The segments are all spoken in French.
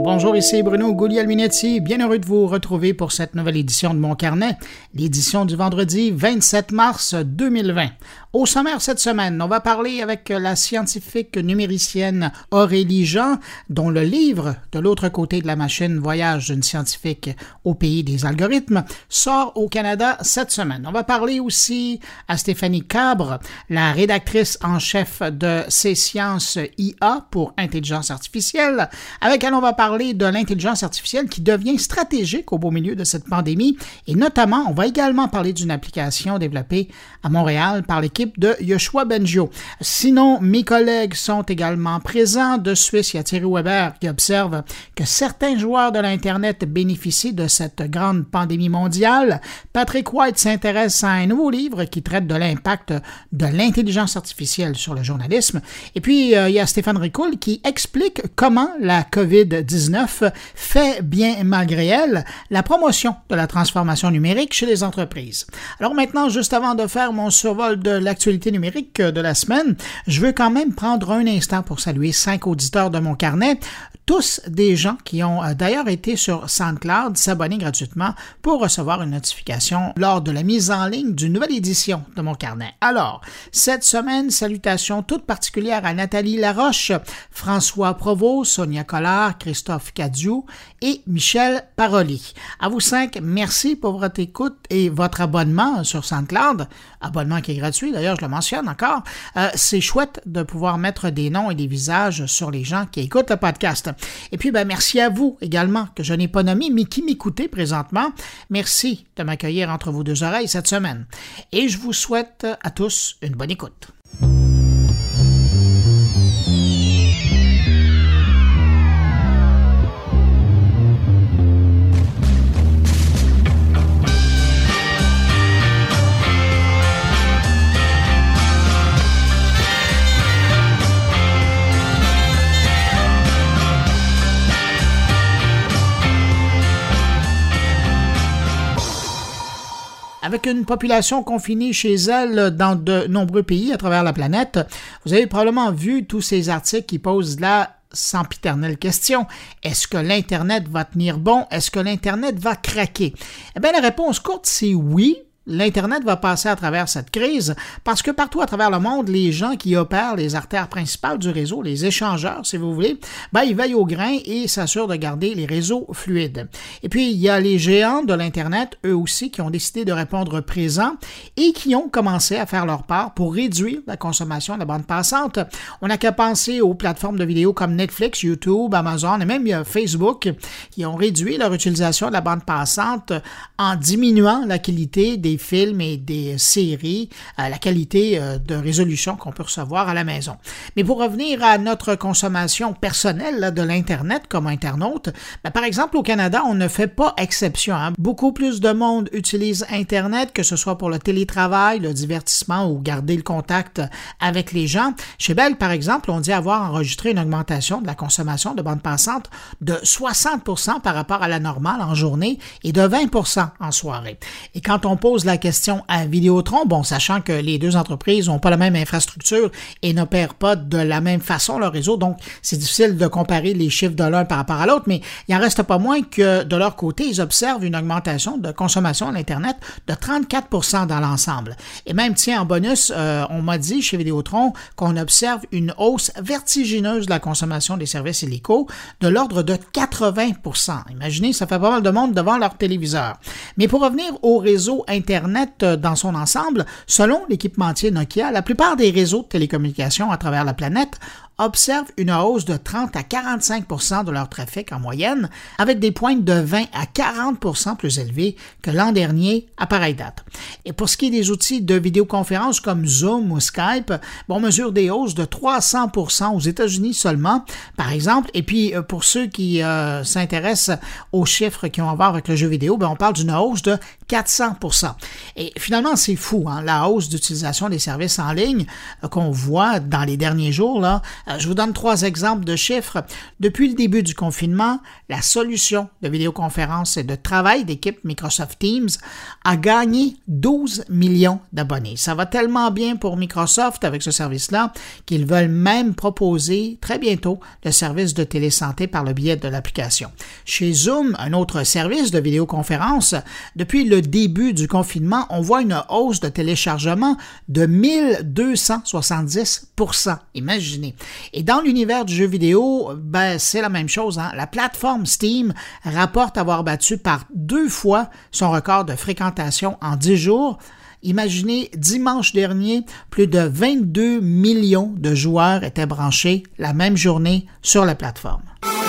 Bonjour, ici Bruno Guglielminetti, bien heureux de vous retrouver pour cette nouvelle édition de Mon Carnet, l'édition du vendredi 27 mars 2020. Au sommaire cette semaine, on va parler avec la scientifique numéricienne Aurélie Jean, dont le livre « De l'autre côté de la machine, voyage d'une scientifique au pays des algorithmes » sort au Canada cette semaine. On va parler aussi à Stéphanie Cabre, la rédactrice en chef de C Sciences IA pour intelligence artificielle, avec elle on va parler de l'intelligence artificielle qui devient stratégique au beau milieu de cette pandémie et notamment, on va également parler d'une application développée à Montréal par l'équipe de Yoshua Bengio. Sinon, mes collègues sont également présents. De Suisse, il y a Thierry Weber qui observe que certains joueurs de l'Internet bénéficient de cette grande pandémie mondiale. Patrick White s'intéresse à un nouveau livre qui traite de l'impact de l'intelligence artificielle sur le journalisme. Et puis, il y a Stéphane Ricoul qui explique comment la COVID-19 fait, bien malgré elle, la promotion de la transformation numérique chez les entreprises. Alors maintenant, juste avant de faire mon survol de l'actualité numérique de la semaine, je veux quand même prendre un instant pour saluer 5 auditeurs de Mon Carnet, tous des gens qui ont d'ailleurs été sur SoundCloud s'abonner gratuitement pour recevoir une notification lors de la mise en ligne d'une nouvelle édition de Mon Carnet. Alors, cette semaine, salutations toutes particulières à Nathalie Laroche, François Provost, Sonia Collard, Christophe Cadieux et Michel Paroli. À vous 5, merci pour votre écoute et votre abonnement sur SoundCloud, abonnement qui est gratuit, d'ailleurs je le mentionne encore. C'est chouette de pouvoir mettre des noms et des visages sur les gens qui écoutent le podcast. Et puis, merci à vous également, que je n'ai pas nommé, mais qui m'écoutez présentement. Merci de m'accueillir entre vos deux oreilles cette semaine. Et je vous souhaite à tous une bonne écoute. Avec une population confinée chez elle dans de nombreux pays à travers la planète, vous avez probablement vu tous ces articles qui posent la sempiternelle question. Est-ce que l'Internet va tenir bon? Est-ce que l'Internet va craquer? Eh bien, la réponse courte, c'est oui. L'Internet va passer à travers cette crise parce que partout à travers le monde, les gens qui opèrent les artères principales du réseau, les échangeurs, si vous voulez, ils veillent au grain et s'assurent de garder les réseaux fluides. Et puis, il y a les géants de l'Internet, eux aussi, qui ont décidé de répondre présent et qui ont commencé à faire leur part pour réduire la consommation de la bande passante. On n'a qu'à penser aux plateformes de vidéos comme Netflix, YouTube, Amazon et même Facebook qui ont réduit leur utilisation de la bande passante en diminuant la qualité des films et des séries, la qualité de résolution qu'on peut recevoir à la maison. Mais pour revenir à notre consommation personnelle de l'Internet comme internaute, par exemple au Canada, on ne fait pas exception. Beaucoup plus de monde utilise Internet, que ce soit pour le télétravail, le divertissement ou garder le contact avec les gens. Chez Bell, par exemple, on dit avoir enregistré une augmentation de la consommation de bande passante de 60% par rapport à la normale en journée et de 20% en soirée. Et quand on pose la question à Vidéotron, sachant que les deux entreprises n'ont pas la même infrastructure et n'opèrent pas de la même façon leur réseau, donc c'est difficile de comparer les chiffres de l'un par rapport à l'autre, mais il n'en reste pas moins que de leur côté, ils observent une augmentation de consommation à l'Internet de 34% dans l'ensemble. Et même, en bonus, on m'a dit chez Vidéotron qu'on observe une hausse vertigineuse de la consommation des services illico de l'ordre de 80%. Imaginez, ça fait pas mal de monde devant leur téléviseur. Mais pour revenir au réseau Internet dans son ensemble, selon l'équipementier Nokia, la plupart des réseaux de télécommunications à travers la planète observent une hausse de 30 à 45% de leur trafic en moyenne, avec des pointes de 20 à 40% plus élevées que l'an dernier à pareille date. Et pour ce qui est des outils de vidéoconférence comme Zoom ou Skype, on mesure des hausses de 300% aux États-Unis seulement, par exemple. Et puis, pour ceux qui s'intéressent aux chiffres qui ont à voir avec le jeu vidéo, on parle d'une hausse de 400%. Et finalement, c'est fou, la hausse d'utilisation des services en ligne qu'on voit dans les derniers jours, là, Je vous donne 3 exemples de chiffres. Depuis le début du confinement, la solution de vidéoconférence et de travail d'équipe Microsoft Teams a gagné 12 millions d'abonnés. Ça va tellement bien pour Microsoft avec ce service-là qu'ils veulent même proposer très bientôt le service de télésanté par le biais de l'application. Chez Zoom, un autre service de vidéoconférence, depuis le début du confinement, on voit une hausse de téléchargement de 1270%. Imaginez. Et dans l'univers du jeu vidéo, c'est la même chose. La plateforme Steam rapporte avoir battu par 2 fois son record de fréquentation en 10 jours. Imaginez, dimanche dernier, plus de 22 millions de joueurs étaient branchés la même journée sur la plateforme.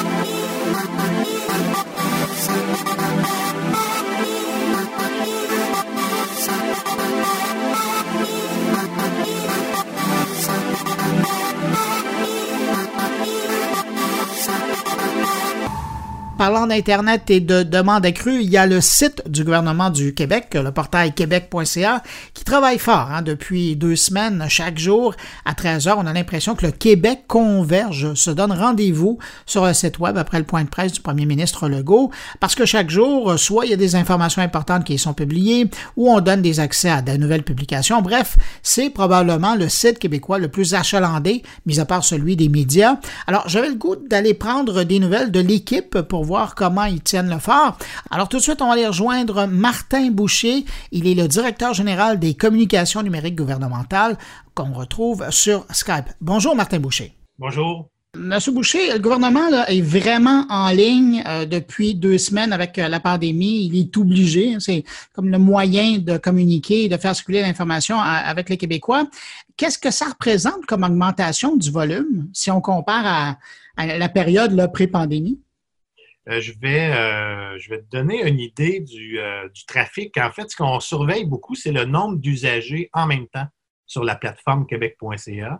Parlant d'Internet et de demandes accrues, il y a le site du gouvernement du Québec, le portail québec.ca, qui travaille fort depuis 2 semaines. Chaque jour, à 13h, on a l'impression que le Québec converge, se donne rendez-vous sur le site web après le point de presse du premier ministre Legault, parce que chaque jour, soit il y a des informations importantes qui sont publiées, ou on donne des accès à de nouvelles publications. Bref, c'est probablement le site québécois le plus achalandé, mis à part celui des médias. Alors, j'avais le goût d'aller prendre des nouvelles de l'équipe pour voir comment ils tiennent le fort. Alors tout de suite, on va aller rejoindre Martin Boucher. Il est le directeur général des communications numériques gouvernementales qu'on retrouve sur Skype. Bonjour Martin Boucher. Bonjour. Monsieur Boucher, le gouvernement est vraiment en ligne depuis 2 semaines avec la pandémie. Il est obligé, c'est comme le moyen de communiquer, de faire circuler l'information avec les Québécois. Qu'est-ce que ça représente comme augmentation du volume si on compare à la période pré-pandémie? Je vais te donner une idée du trafic. En fait, ce qu'on surveille beaucoup, c'est le nombre d'usagers en même temps sur la plateforme québec.ca.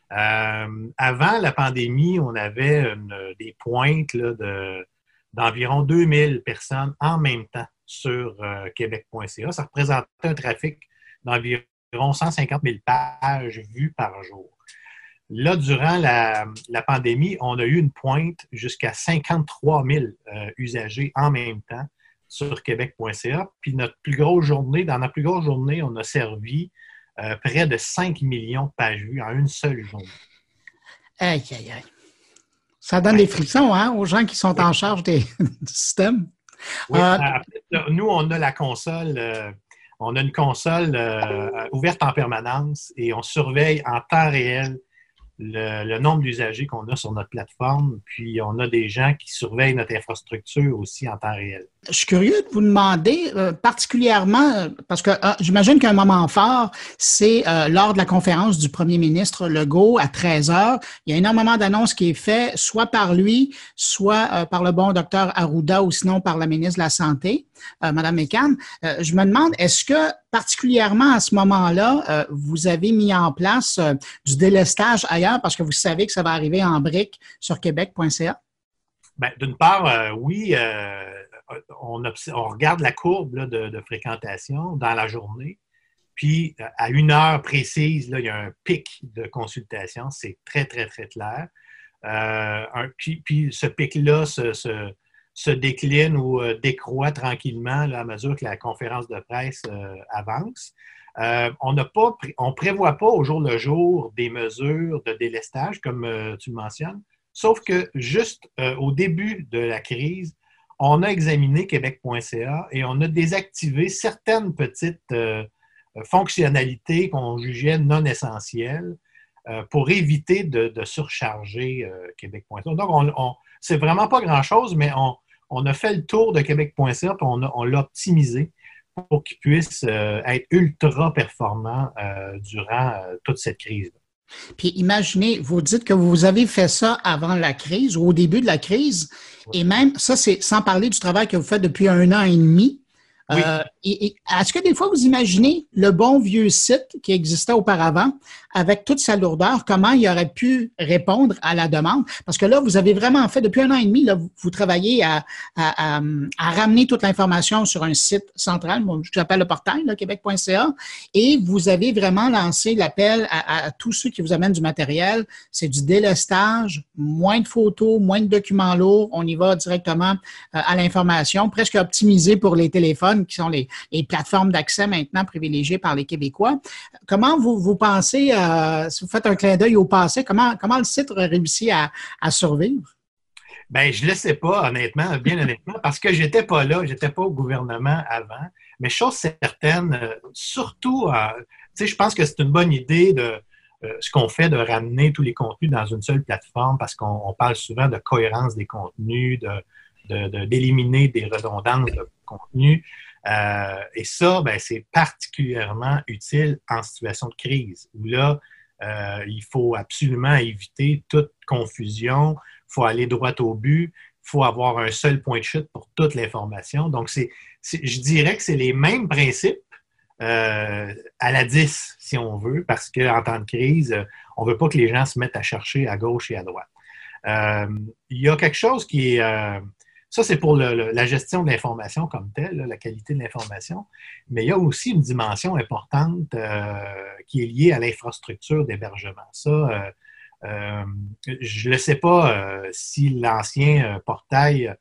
Avant la pandémie, on avait des pointes d'environ 2000 personnes en même temps sur québec.ca. Ça représentait un trafic d'environ 150 000 pages vues par jour. Là, durant la pandémie, on a eu une pointe jusqu'à 53 000 usagers en même temps sur québec.ca. Puis dans notre plus grosse journée, on a servi près de 5 millions de pages vues en une seule journée. Aïe, aïe, aïe. Ça donne des frissons aux gens qui sont en charge du système. Oui, nous, on a la console... on a une console ouverte en permanence et on surveille en temps réel le nombre d'usagers qu'on a sur notre plateforme, puis on a des gens qui surveillent notre infrastructure aussi en temps réel. Je suis curieux de vous demander particulièrement, parce que j'imagine qu'un moment fort, c'est lors de la conférence du premier ministre Legault à 13h. Il y a énormément d'annonces qui est fait, soit par lui, soit par le bon docteur Arruda ou sinon par la ministre de la Santé, Mme Mécan. Je me demande, est-ce que particulièrement à ce moment-là, vous avez mis en place du délestage ailleurs parce que vous savez que ça va arriver en brique sur québec.ca? Bien, d'une part, oui, on regarde la courbe de fréquentation dans la journée. Puis, à 1 heure précise, il y a un pic de consultation. C'est très, très, très clair. Puis ce pic-là se décline ou décroît tranquillement à mesure que la conférence de presse avance. On ne prévoit pas au jour le jour des mesures de délestage, comme tu le mentionnes, sauf que juste au début de la crise, on a examiné québec.ca et on a désactivé certaines petites fonctionnalités qu'on jugeait non essentielles pour éviter de surcharger québec.ca. Donc, c'est vraiment pas grand-chose, mais on a fait le tour de québec.ca et on l'a optimisé pour qu'il puisse être ultra performant durant toute cette crise. Puis imaginez, vous dites que vous avez fait ça avant la crise ou au début de la crise, et même, ça c'est sans parler du travail que vous faites depuis 1 an et demi. Oui. Est-ce que des fois, vous imaginez le bon vieux site qui existait auparavant, avec toute sa lourdeur, comment il aurait pu répondre à la demande? Parce que là, vous avez vraiment fait, depuis 1 an et demi, là, vous travaillez à ramener toute l'information sur un site central, moi, j'appelle le portail, là, québec.ca, et vous avez vraiment lancé l'appel à tous ceux qui vous amènent du matériel. C'est du délestage, moins de photos, moins de documents lourds. On y va directement à l'information, presque optimisé pour les téléphones, qui sont les plateformes d'accès maintenant privilégiées par les Québécois. Comment vous pensez, si vous faites un clin d'œil au passé, comment le site aurait réussi à survivre? Ben, je ne le sais pas, honnêtement, bien honnêtement, parce que j'étais pas là, j'étais pas au gouvernement avant. Mais chose certaine, surtout, tu sais, je pense que c'est une bonne idée de ce qu'on fait de ramener tous les contenus dans une seule plateforme, parce qu'on parle souvent de cohérence des contenus, d'éliminer des redondances de contenus. Et ça, ben, c'est particulièrement utile en situation de crise, où là, il faut absolument éviter toute confusion. Il faut aller droit au but, il faut avoir un seul point de chute pour toute l'information. Donc, je dirais que c'est les mêmes principes à la 10, si on veut, parce qu'en temps de crise, on ne veut pas que les gens se mettent à chercher à gauche et à droite. Il y a quelque chose qui est... ça, c'est pour la gestion de l'information comme telle, la qualité de l'information, mais il y a aussi une dimension importante qui est liée à l'infrastructure d'hébergement. Ça, je ne sais pas si l'ancien portail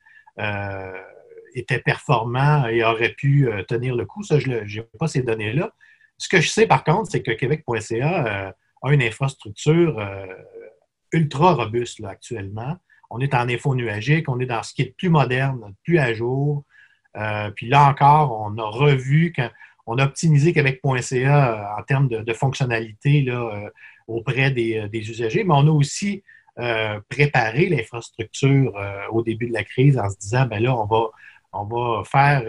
était performant et aurait pu tenir le coup. Ça, je n'ai pas ces données-là. Ce que je sais, par contre, c'est que Québec.ca a une infrastructure ultra robuste là, actuellement. On est en info nuagique, on est dans ce qui est plus moderne, plus à jour. Puis là encore, on a revu, on a optimisé Québec.ca en termes de fonctionnalité là, auprès des usagers, mais on a aussi préparé l'infrastructure au début de la crise en se disant, ben là, on va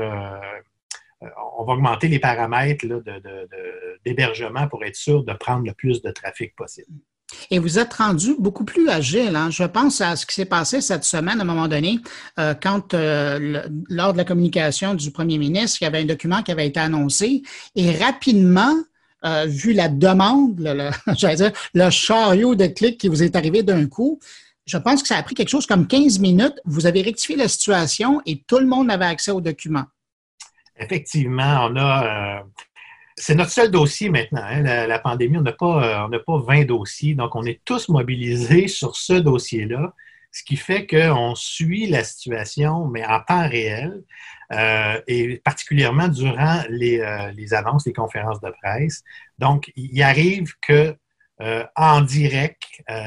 augmenter les paramètres là, d'hébergement pour être sûr de prendre le plus de trafic possible. Et vous êtes rendu beaucoup plus agile. Hein? Je pense à ce qui s'est passé cette semaine, à un moment donné, quand, lors de la communication du premier ministre, il y avait un document qui avait été annoncé et rapidement, vu la demande, j'allais dire, le chariot de clics qui vous est arrivé d'un coup, je pense que ça a pris quelque chose comme 15 minutes. Vous avez rectifié la situation et tout le monde avait accès au document. Effectivement, c'est notre seul dossier maintenant. Hein, la pandémie, on n'a pas 20 dossiers, donc on est tous mobilisés sur ce dossier-là, ce qui fait qu'on suit la situation, mais en temps réel, et particulièrement durant les annonces, les conférences de presse. Donc, il arrive que en direct,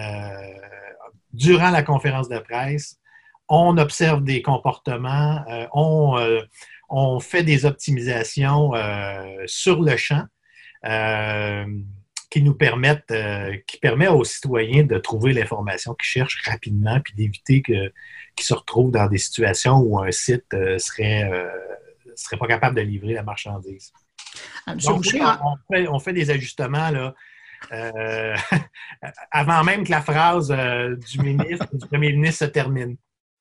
durant la conférence de presse, on observe des comportements, on fait des optimisations sur le champ qui nous permettent, qui permet aux citoyens de trouver l'information qu'ils cherchent rapidement puis d'éviter qu'ils se retrouvent dans des situations où un site serait pas capable de livrer la marchandise. Donc, Boucher, on fait des ajustements là, avant même que la phrase du premier ministre se termine.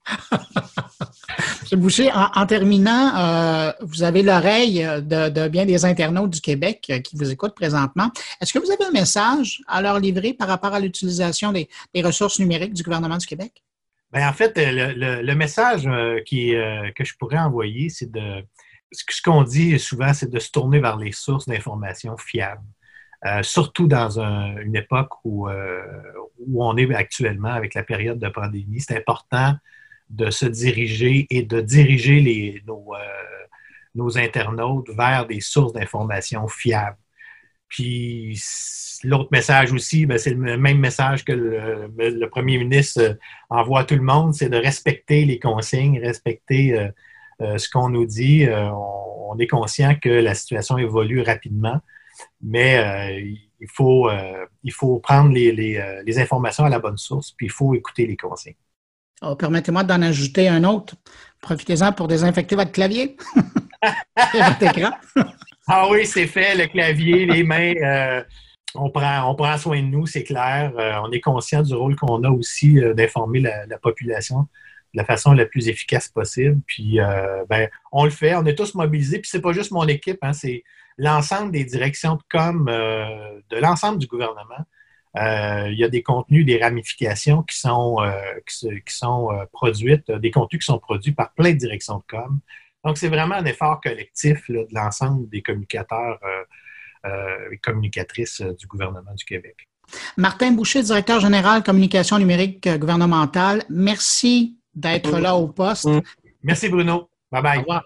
M. Boucher, en terminant, vous avez l'oreille de bien des internautes du Québec qui vous écoutent présentement. Est-ce que vous avez un message à leur livrer par rapport à l'utilisation des ressources numériques du gouvernement du Québec? Bien, en fait, le message que je pourrais envoyer, c'est ce qu'on dit souvent, c'est de se tourner vers les sources d'informations fiables. Surtout dans une époque où on est actuellement avec la période de pandémie. C'est important de se diriger et de diriger nos internautes vers des sources d'informations fiables. Puis l'autre message aussi, ben, c'est le même message que le premier ministre envoie à tout le monde, c'est de respecter les consignes, respecter ce qu'on nous dit. On est conscient que la situation évolue rapidement, mais il faut prendre les informations à la bonne source, puis il faut écouter les consignes. Oh, permettez-moi d'en ajouter un autre. Profitez-en pour désinfecter votre clavier et votre écran. Ah oui, c'est fait, le clavier, les mains, on prend soin de nous, c'est clair. On est conscient du rôle qu'on a aussi d'informer la population de la façon la plus efficace possible. Puis, on le fait, on est tous mobilisés. Puis, c'est pas juste mon équipe, hein, c'est l'ensemble des directions de com de l'ensemble du gouvernement. Il y a des contenus, des ramifications qui sont produites, des contenus qui sont produits par plein de directions de com. Donc, c'est vraiment un effort collectif là, de l'ensemble des communicateurs et communicatrices du gouvernement du Québec. Martin Boucher, directeur général communication numérique gouvernementale, merci d'être là au poste. Merci Bruno. Bye bye. Au revoir.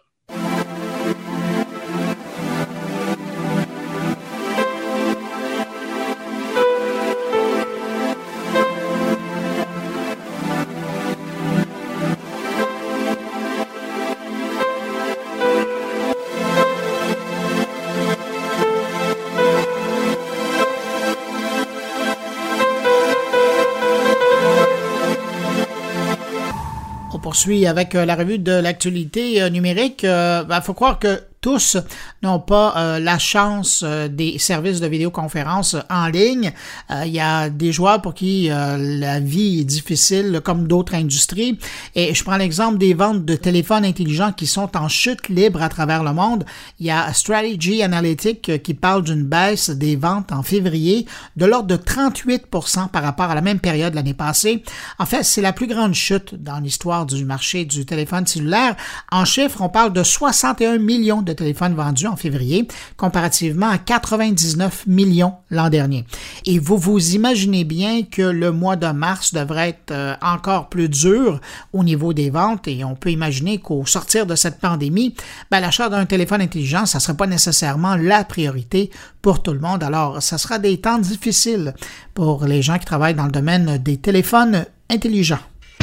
Poursuit avec la revue de l'actualité numérique. Faut croire que tous n'ont pas la chance des services de vidéoconférence en ligne. Il y a des joueurs pour qui la vie est difficile, comme d'autres industries. Et je prends l'exemple des ventes de téléphones intelligents qui sont en chute libre à travers le monde. Il y a Strategy Analytics qui parle d'une baisse des ventes en février de l'ordre de 38% par rapport à la même période l'année passée. En fait, c'est la plus grande chute dans l'histoire du marché du téléphone cellulaire. En chiffres, on parle de 61 millions de téléphones vendus en février, comparativement à 99 millions l'an dernier. Et vous imaginez bien que le mois de mars devrait être encore plus dur au niveau des ventes et on peut imaginer qu'au sortir de cette pandémie, l'achat d'un téléphone intelligent, ça ne serait pas nécessairement la priorité pour tout le monde. Alors, ça sera des temps difficiles pour les gens qui travaillent dans le domaine des téléphones intelligents.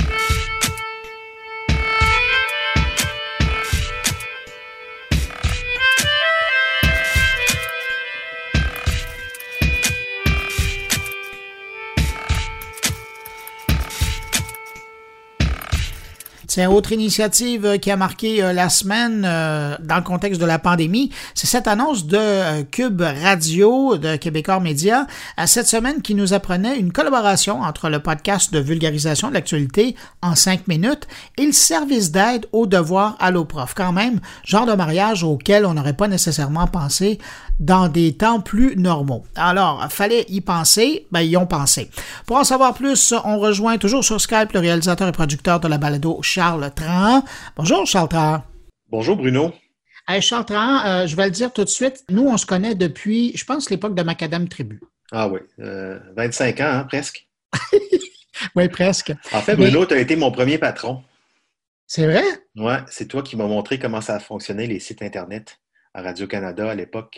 C'est une autre initiative qui a marqué la semaine dans le contexte de la pandémie. C'est cette annonce de Cube Radio, de Québécois Média, cette semaine qui nous apprenait une collaboration entre le podcast de vulgarisation de l'actualité en 5 minutes et le service d'aide aux devoirs Alloprof. Quand même, genre de mariage auquel on n'aurait pas nécessairement pensé dans des temps plus normaux. Alors, fallait y penser, ils y ont pensé. Pour en savoir plus, on rejoint toujours sur Skype le réalisateur et producteur de la balado, Charles Tran. Bonjour, Charles Tran. Bonjour, Bruno. Hey, Charles Tran, je vais le dire tout de suite, nous, on se connaît depuis, je pense, l'époque de Macadam Tribu. Ah oui, 25 ans, hein, presque. Oui, presque. En fait, Bruno, tu as été mon premier patron. C'est vrai? Oui, c'est toi qui m'as montré comment ça fonctionnait, les sites Internet à Radio-Canada à l'époque,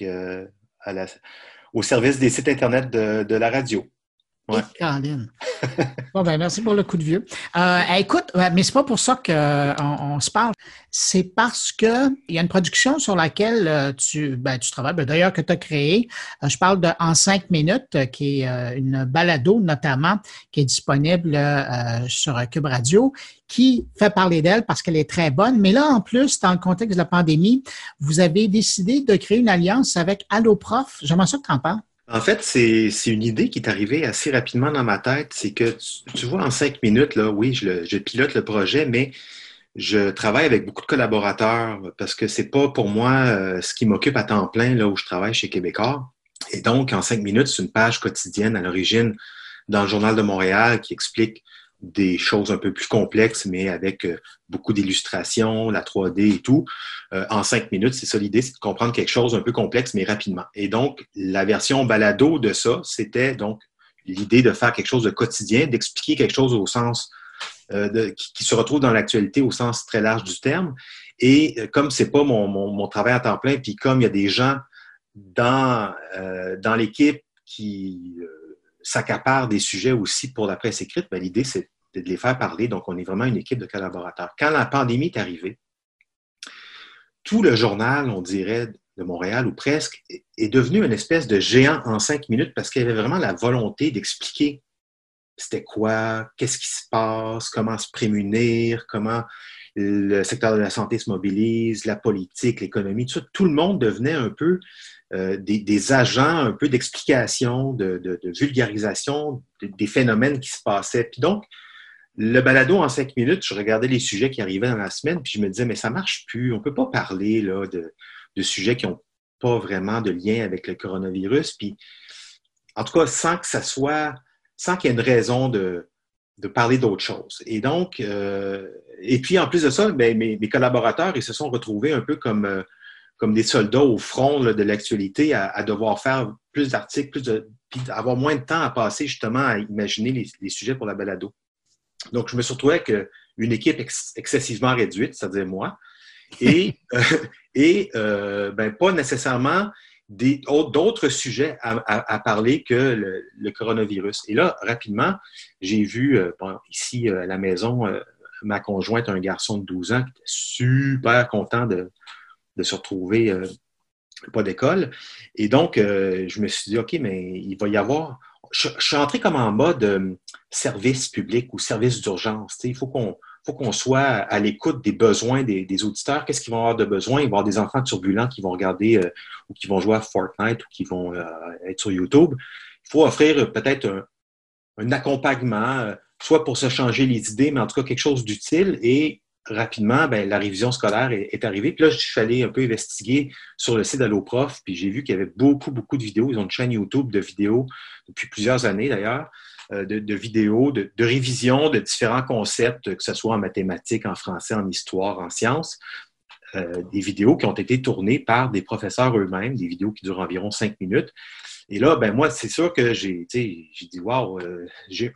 au service des sites Internet de la radio. Ouais. Caroline. Bon, merci pour le coup de vieux. Écoute, mais c'est pas pour ça qu'on se parle. C'est parce que il y a une production sur laquelle tu travailles, d'ailleurs que tu as créée. Je parle de En 5 minutes, qui est une balado notamment, qui est disponible sur Cube Radio, qui fait parler d'elle parce qu'elle est très bonne. Mais là, en plus, dans le contexte de la pandémie, vous avez décidé de créer une alliance avec Alloprof. J'aimerais ça que tu en parles. En fait, c'est une idée qui est arrivée assez rapidement dans ma tête. C'est que, tu vois, en 5 minutes, là, oui, je pilote le projet, mais je travaille avec beaucoup de collaborateurs parce que c'est pas pour moi ce qui m'occupe à temps plein là où je travaille chez Québécois. Et donc, en 5 minutes, c'est une page quotidienne à l'origine dans le Journal de Montréal qui explique des choses un peu plus complexes, mais avec beaucoup d'illustrations, la 3D et tout. En 5 minutes, c'est ça l'idée, c'est de comprendre quelque chose un peu complexe, mais rapidement. Et donc, la version balado de ça, c'était donc l'idée de faire quelque chose de quotidien, d'expliquer quelque chose au sens qui se retrouve dans l'actualité au sens très large du terme. Et comme c'est pas mon travail à temps plein, puis comme il y a des gens dans l'équipe qui s'accaparent des sujets aussi pour la presse écrite, l'idée, c'est de les faire parler. Donc, on est vraiment une équipe de collaborateurs. Quand la pandémie est arrivée, tout le journal, on dirait, de Montréal, ou presque, est devenu une espèce de géant en 5 minutes parce qu'il y avait vraiment la volonté d'expliquer c'était quoi, qu'est-ce qui se passe, comment se prémunir, comment le secteur de la santé se mobilise, la politique, l'économie, tout ça. Tout le monde devenait un peu des agents, un peu d'explication, de vulgarisation des phénomènes qui se passaient. Puis donc, Le balado en 5 minutes, je regardais les sujets qui arrivaient dans la semaine, puis je me disais, mais ça marche plus. On peut pas parler là, de sujets qui n'ont pas vraiment de lien avec le coronavirus. Puis, en tout cas, sans qu'il y ait une raison de parler d'autre chose. Et donc, et puis en plus de ça, ben, mes collaborateurs, ils se sont retrouvés un peu comme des soldats au front là, de l'actualité à devoir faire plus d'articles, puis avoir moins de temps à passer justement à imaginer les sujets pour la balado. Donc, je me suis retrouvé avec une équipe excessivement réduite, c'est-à-dire moi, et pas nécessairement d'autres sujets à parler que le coronavirus. Et là, rapidement, j'ai vu ici à la maison, ma conjointe, un garçon de 12 ans, qui était super content de se retrouver pas d'école. Et donc, je me suis dit, OK, mais il va y avoir... Je suis entré comme en mode service public ou service d'urgence. Il faut qu'on soit à l'écoute des besoins des auditeurs. Qu'est-ce qu'ils vont avoir de besoin? Il va y avoir des enfants turbulents qui vont regarder ou qui vont jouer à Fortnite ou qui vont être sur YouTube. Il faut offrir peut-être un accompagnement, soit pour se changer les idées, mais en tout cas quelque chose d'utile. Et rapidement, la révision scolaire est arrivée. Puis là, je suis allé un peu investiguer sur le site d'AlloProf, puis j'ai vu qu'il y avait beaucoup, beaucoup de vidéos. Ils ont une chaîne YouTube de vidéos depuis plusieurs années d'ailleurs, de vidéos, de révision de différents concepts, que ce soit en mathématiques, en français, en histoire, en sciences. Des vidéos qui ont été tournées par des professeurs eux-mêmes, des vidéos qui durent environ 5 minutes. Et là, moi, c'est sûr que j'ai dit, wow, je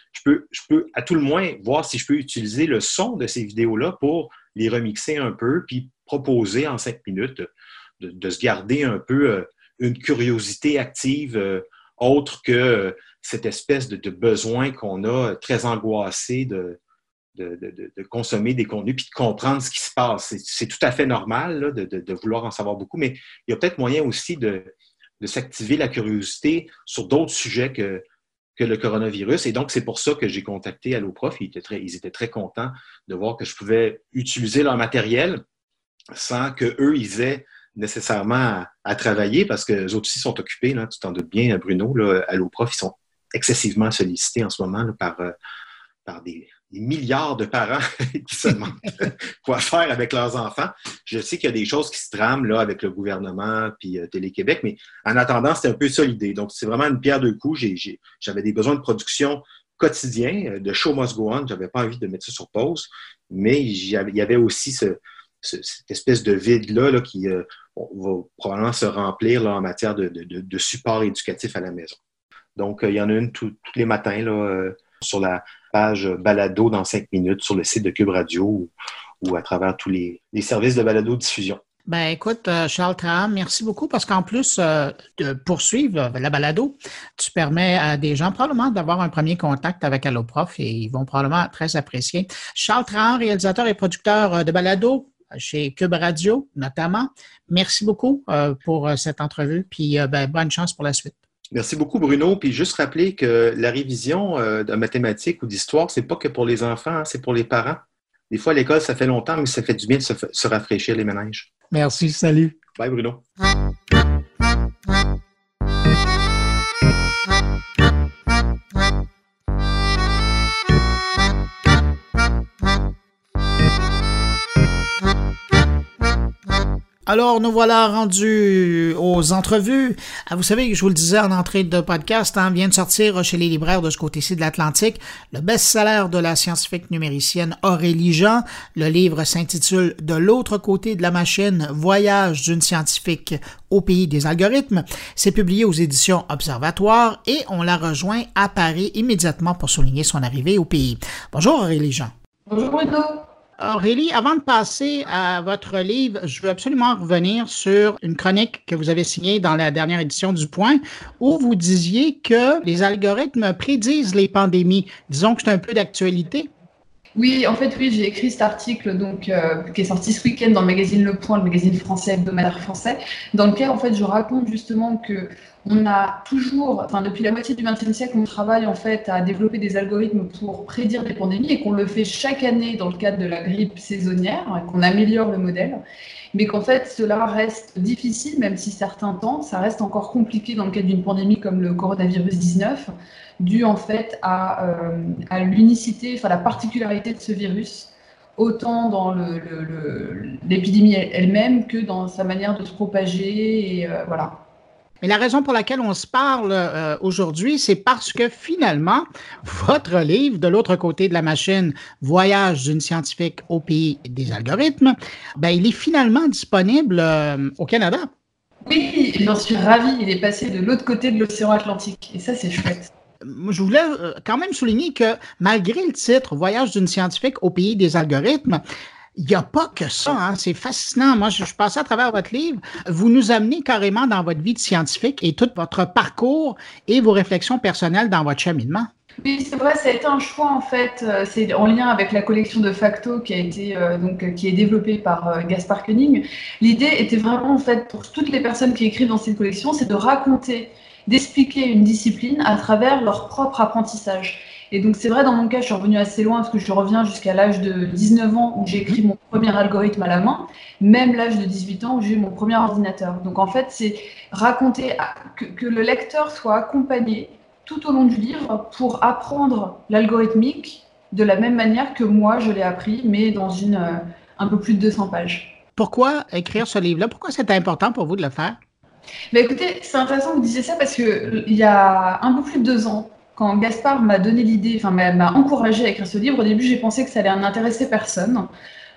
peux à tout le moins voir si je peux utiliser le son de ces vidéos-là pour les remixer un peu, puis proposer en 5 minutes de se garder un peu une curiosité active autre que cette espèce de besoin qu'on a très angoissé de consommer des contenus puis de comprendre ce qui se passe. C'est tout à fait normal là, de vouloir en savoir beaucoup, mais il y a peut-être moyen aussi de s'activer la curiosité sur d'autres sujets que le coronavirus. Et donc, c'est pour ça que j'ai contacté AlloProf. Ils étaient très contents de voir que je pouvais utiliser leur matériel sans qu'eux, ils aient nécessairement à travailler parce qu'eux autres aussi sont occupés. Là, tu t'en doutes bien, Bruno. Là, AlloProf, ils sont excessivement sollicités en ce moment là, par des milliards de parents qui se demandent quoi faire avec leurs enfants. Je sais qu'il y a des choses qui se trament là, avec le gouvernement puis Télé-Québec, mais en attendant, c'était un peu ça l'idée. Donc, c'est vraiment une pierre deux coups. J'avais des besoins de production quotidiens, de show must go on. Je n'avais pas envie de mettre ça sur pause, mais il y avait aussi cette espèce de vide-là là, qui va probablement se remplir là, en matière de support éducatif à la maison. Donc, il y en a une tous les matins là, sur la page balado dans 5 minutes sur le site de Cube Radio ou à travers tous les services de balado-diffusion. Ben écoute, Charles Trahan, merci beaucoup parce qu'en plus de poursuivre la balado, tu permets à des gens probablement d'avoir un premier contact avec AlloProf et ils vont probablement très apprécier. Charles Trahan, réalisateur et producteur de balado chez Cube Radio notamment. Merci beaucoup pour cette entrevue puis bonne chance pour la suite. Merci beaucoup, Bruno. Puis juste rappeler que la révision de mathématiques ou d'histoire, c'est pas que pour les enfants, hein, c'est pour les parents. Des fois, à l'école, ça fait longtemps, mais ça fait du bien de se rafraîchir les méninges. Merci, salut. Bye, Bruno. Alors, nous voilà rendus aux entrevues. Vous savez, je vous le disais en entrée de podcast, vient de sortir chez les libraires de ce côté-ci de l'Atlantique le best-seller de la scientifique numéricienne Aurélie Jean. Le livre s'intitule « De l'autre côté de la machine, voyage d'une scientifique au pays des algorithmes ». C'est publié aux éditions Observatoire et on la rejoint à Paris immédiatement pour souligner son arrivée au pays. Bonjour Aurélie Jean. Bonjour Bruno. Aurélie, avant de passer à votre livre, je veux absolument revenir sur une chronique que vous avez signée dans la dernière édition du Point, où vous disiez que les algorithmes prédisent les pandémies. Disons que c'est un peu d'actualité. Oui, en fait, oui, j'ai écrit cet article qui est sorti ce week-end dans le magazine Le Point, le magazine français, hebdomadaire français, dans lequel, en fait, je raconte justement que On a toujours, enfin depuis la moitié du XXe siècle, on travaille en fait à développer des algorithmes pour prédire des pandémies et qu'on le fait chaque année dans le cadre de la grippe saisonnière, et qu'on améliore le modèle, mais qu'en fait cela reste difficile, même si certains temps, ça reste encore compliqué dans le cadre d'une pandémie comme le coronavirus 19, dû en fait à l'unicité, enfin la particularité de ce virus, autant dans l'épidémie elle-même que dans sa manière de se propager, et voilà. Mais la raison pour laquelle on se parle aujourd'hui, c'est parce que finalement, votre livre, De l'autre côté de la machine, Voyage d'une scientifique au pays des algorithmes, ben, il est finalement disponible au Canada. Oui, j'en suis ravie. Il est passé de l'autre côté de l'océan Atlantique. Et ça, c'est chouette. Je voulais quand même souligner que malgré le titre Voyage d'une scientifique au pays des algorithmes, il n'y a pas que ça, hein. C'est fascinant. Moi, je passais à travers votre livre. Vous nous amenez carrément dans votre vie de scientifique et tout votre parcours et vos réflexions personnelles dans votre cheminement. Oui, c'est vrai, ça a été un choix en fait. C'est en lien avec la collection de Facto qui a été qui est développée par Gaspard Koenig. L'idée était vraiment en fait pour toutes les personnes qui écrivent dans cette collection, c'est de raconter, d'expliquer une discipline à travers leur propre apprentissage. Et donc c'est vrai, dans mon cas, je suis revenue assez loin parce que je reviens jusqu'à l'âge de 19 ans où j'ai écrit mon premier algorithme à la main, même l'âge de 18 ans où j'ai eu mon premier ordinateur. Donc en fait, c'est raconter que le lecteur soit accompagné tout au long du livre pour apprendre l'algorithmique de la même manière que moi je l'ai appris, mais dans un peu plus de 200 pages. Pourquoi écrire ce livre-là? Pourquoi c'est important pour vous de le faire? Écoutez, c'est intéressant que vous disiez ça parce qu'il y a un peu plus de 2 ans, quand Gaspard m'a donné l'idée, enfin m'a encouragé à écrire ce livre, au début j'ai pensé que ça allait n'intéresser personne.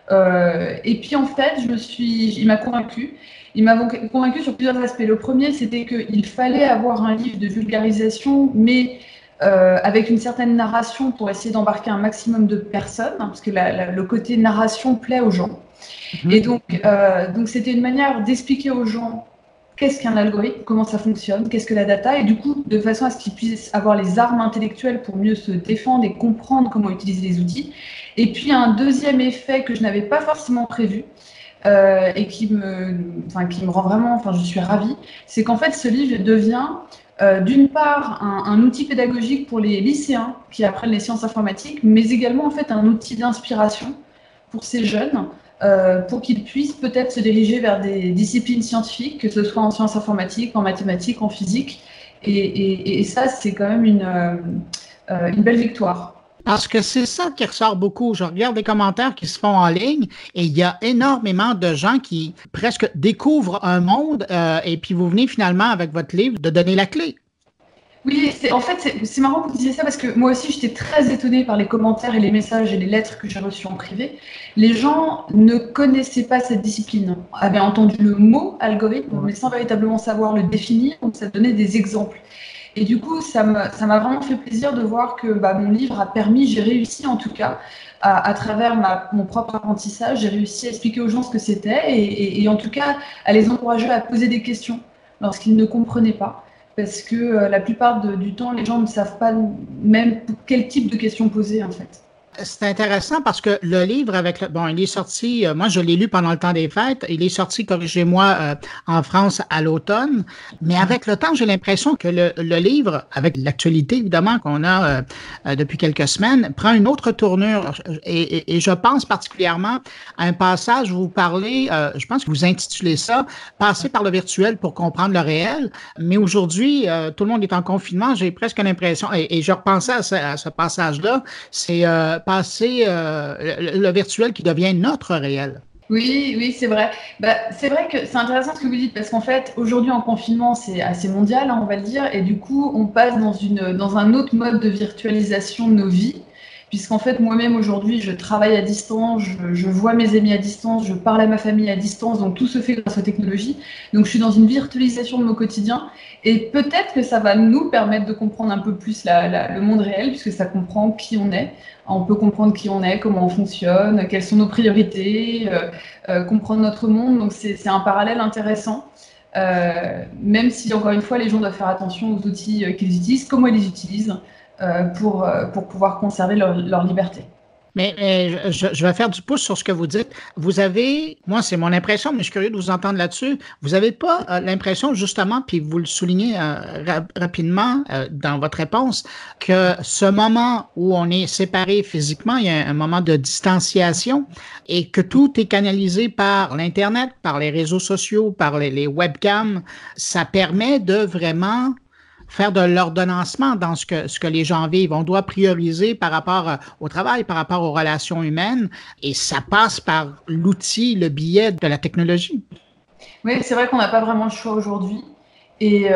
Et puis en fait, il m'a convaincue. Il m'a convaincue sur plusieurs aspects. Le premier, c'était qu'il fallait avoir un livre de vulgarisation, mais avec une certaine narration pour essayer d'embarquer un maximum de personnes, hein, parce que le côté narration plaît aux gens. Et donc c'était une manière d'expliquer aux gens qu'est-ce qu'un algorithme, comment ça fonctionne, qu'est-ce que la data, et du coup, de façon à ce qu'ils puissent avoir les armes intellectuelles pour mieux se défendre et comprendre comment utiliser les outils. Et puis, un deuxième effet que je n'avais pas forcément prévu, et qui me rend vraiment, enfin, je suis ravie, c'est qu'en fait, ce livre devient, d'une part, un outil pédagogique pour les lycéens qui apprennent les sciences informatiques, mais également, en fait, un outil d'inspiration pour ces jeunes, pour qu'ils puissent peut-être se diriger vers des disciplines scientifiques, que ce soit en sciences informatiques, en mathématiques, en physique. Et ça, c'est quand même une belle victoire. Parce que c'est ça qui ressort beaucoup. Je regarde les commentaires qui se font en ligne et il y a énormément de gens qui presque découvrent un monde et puis vous venez finalement avec votre livre de donner la clé. Oui, en fait, c'est marrant que vous disiez ça parce que moi aussi, j'étais très étonnée par les commentaires et les messages et les lettres que j'ai reçues en privé. Les gens ne connaissaient pas cette discipline, avaient entendu le mot algorithme, mais sans véritablement savoir le définir, donc ça donnait des exemples. Et du coup, ça m'a vraiment fait plaisir de voir que mon livre a permis, j'ai réussi en tout cas, à travers mon propre apprentissage, j'ai réussi à expliquer aux gens ce que c'était et en tout cas à les encourager à poser des questions lorsqu'ils ne comprenaient pas. Parce que la plupart du temps, les gens ne savent pas même quel type de questions poser en fait. C'est intéressant parce que le livre il est sorti, moi je l'ai lu pendant le temps des fêtes, il est sorti, corrigez-moi, en France à l'automne, mais avec le temps, j'ai l'impression que le livre, avec l'actualité évidemment qu'on a depuis quelques semaines, prend une autre tournure et je pense particulièrement à un passage où vous parlez, je pense que vous intitulez ça « Passer par le virtuel pour comprendre le réel », mais aujourd'hui, tout le monde est en confinement, j'ai presque l'impression, et je repensais à ce passage-là, c'est passer le virtuel qui devient notre réel. Oui, c'est vrai. C'est vrai que c'est intéressant ce que vous dites parce qu'en fait, aujourd'hui en confinement, c'est assez mondial, hein, on va le dire, et du coup, on passe dans un autre mode de virtualisation de nos vies. Puisqu'en fait, moi-même, aujourd'hui, je travaille à distance, je vois mes amis à distance, je parle à ma famille à distance, donc tout se fait grâce aux technologies. Donc, je suis dans une virtualisation de mon quotidien et peut-être que ça va nous permettre de comprendre un peu plus le monde réel, puisque ça comprend qui on est. On peut comprendre qui on est, comment on fonctionne, quelles sont nos priorités, comprendre notre monde. Donc, c'est un parallèle intéressant. Même si, encore une fois, les gens doivent faire attention aux outils qu'ils utilisent, comment ils les utilisent, pour pouvoir conserver leur liberté. Mais je vais faire du pouce sur ce que vous dites. Vous avez, moi c'est mon impression, mais je suis curieux de vous entendre là-dessus. Vous n'avez pas l'impression justement, puis vous le soulignez rapidement dans votre réponse, que ce moment où on est séparés physiquement, il y a un moment de distanciation et que tout est canalisé par l'Internet, par les réseaux sociaux, par les webcams, ça permet de vraiment faire de l'ordonnancement dans ce que les gens vivent. On doit prioriser par rapport au travail, par rapport aux relations humaines, et ça passe par l'outil, le biais de la technologie. Oui, c'est vrai qu'on n'a pas vraiment le choix aujourd'hui. Et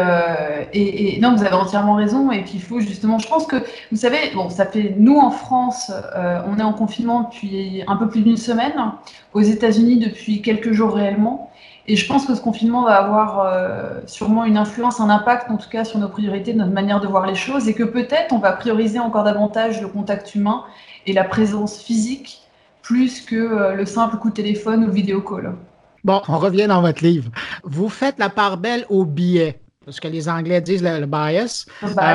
non, vous avez entièrement raison. Et puis il faut justement, je pense que, vous savez, bon, ça fait, nous en France, on est en confinement depuis un peu plus d'une semaine, aux États-Unis depuis quelques jours réellement. Et je pense que ce confinement va avoir sûrement une influence, un impact en tout cas sur nos priorités, notre manière de voir les choses, et que peut-être on va prioriser encore davantage le contact humain et la présence physique plus que le simple coup de téléphone ou le vidéo call. Bon, on revient dans votre livre. Vous faites la part belle au biais, ce que les Anglais disent le bias.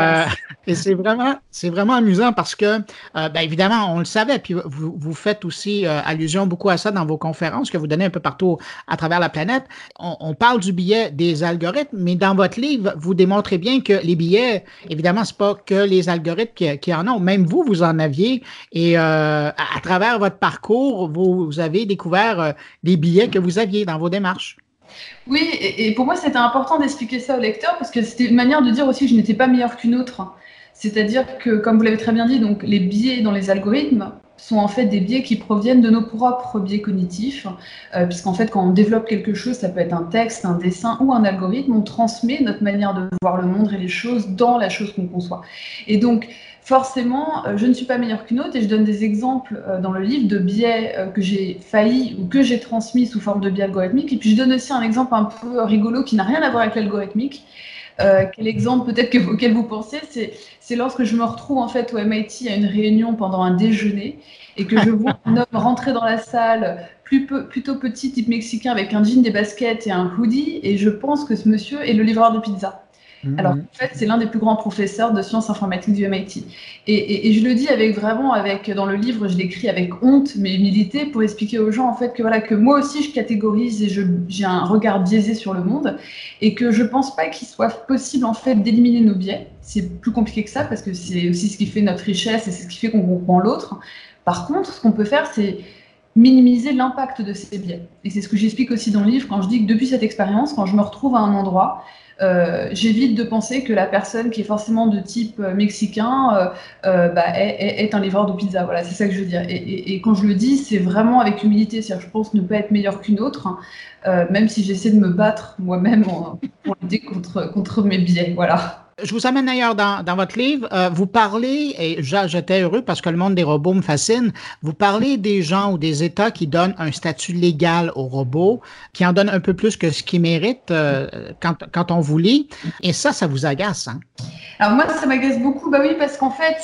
Et c'est vraiment amusant parce que, évidemment, on le savait, puis vous faites aussi allusion beaucoup à ça dans vos conférences que vous donnez un peu partout à travers la planète. On parle du biais des algorithmes, mais dans votre livre, vous démontrez bien que les biais, évidemment, c'est pas que les algorithmes qui en ont. Même vous en aviez. Et à travers votre parcours, vous avez découvert des biais que vous aviez dans vos démarches. Oui, et pour moi, c'était important d'expliquer ça au lecteur parce que c'était une manière de dire aussi que je n'étais pas meilleure qu'une autre. C'est-à-dire que, comme vous l'avez très bien dit, donc, les biais dans les algorithmes sont en fait des biais qui proviennent de nos propres biais cognitifs, puisqu'en fait, quand on développe quelque chose, ça peut être un texte, un dessin ou un algorithme, on transmet notre manière de voir le monde et les choses dans la chose qu'on conçoit. Et donc, forcément, je ne suis pas meilleure qu'une autre et je donne des exemples dans le livre de biais que j'ai failli ou que j'ai transmis sous forme de biais algorithmiques. Et puis, je donne aussi un exemple un peu rigolo qui n'a rien à voir avec l'algorithmique. Quel exemple peut-être auquel vous pensez, c'est lorsque je me retrouve en fait au MIT à une réunion pendant un déjeuner et que je vois un homme rentrer dans la salle plutôt petit, type mexicain, avec un jean, des baskets et un hoodie, et je pense que ce monsieur est le livreur de pizza. Alors, en fait, c'est l'un des plus grands professeurs de sciences informatiques du MIT. Et je le dis dans le livre, je l'écris avec honte, mais humilité, pour expliquer aux gens, en fait, que moi aussi, je catégorise et j'ai un regard biaisé sur le monde, et que je pense pas qu'il soit possible, en fait, d'éliminer nos biais. C'est plus compliqué que ça, parce que c'est aussi ce qui fait notre richesse et c'est ce qui fait qu'on comprend l'autre. Par contre, ce qu'on peut faire, c'est minimiser l'impact de ces biais. Et c'est ce que j'explique aussi dans le livre, quand je dis que depuis cette expérience, quand je me retrouve à un endroit, j'évite de penser que la personne qui est forcément de type mexicain est un livreur de pizza. Voilà, c'est ça que je veux dire. Et quand je le dis, c'est vraiment avec humilité. C'est-à-dire, je pense ne pas être meilleure qu'une autre, même si j'essaie de me battre moi-même pour lutter contre mes biais. Voilà. Je vous amène ailleurs dans votre livre. Vous parlez, et j'étais heureux parce que le monde des robots me fascine, vous parlez des gens ou des États qui donnent un statut légal aux robots, qui en donnent un peu plus que ce qu'ils méritent quand on vous lit. Et ça vous agace, hein? Alors moi, ça m'agace beaucoup. Bah oui, parce qu'en fait,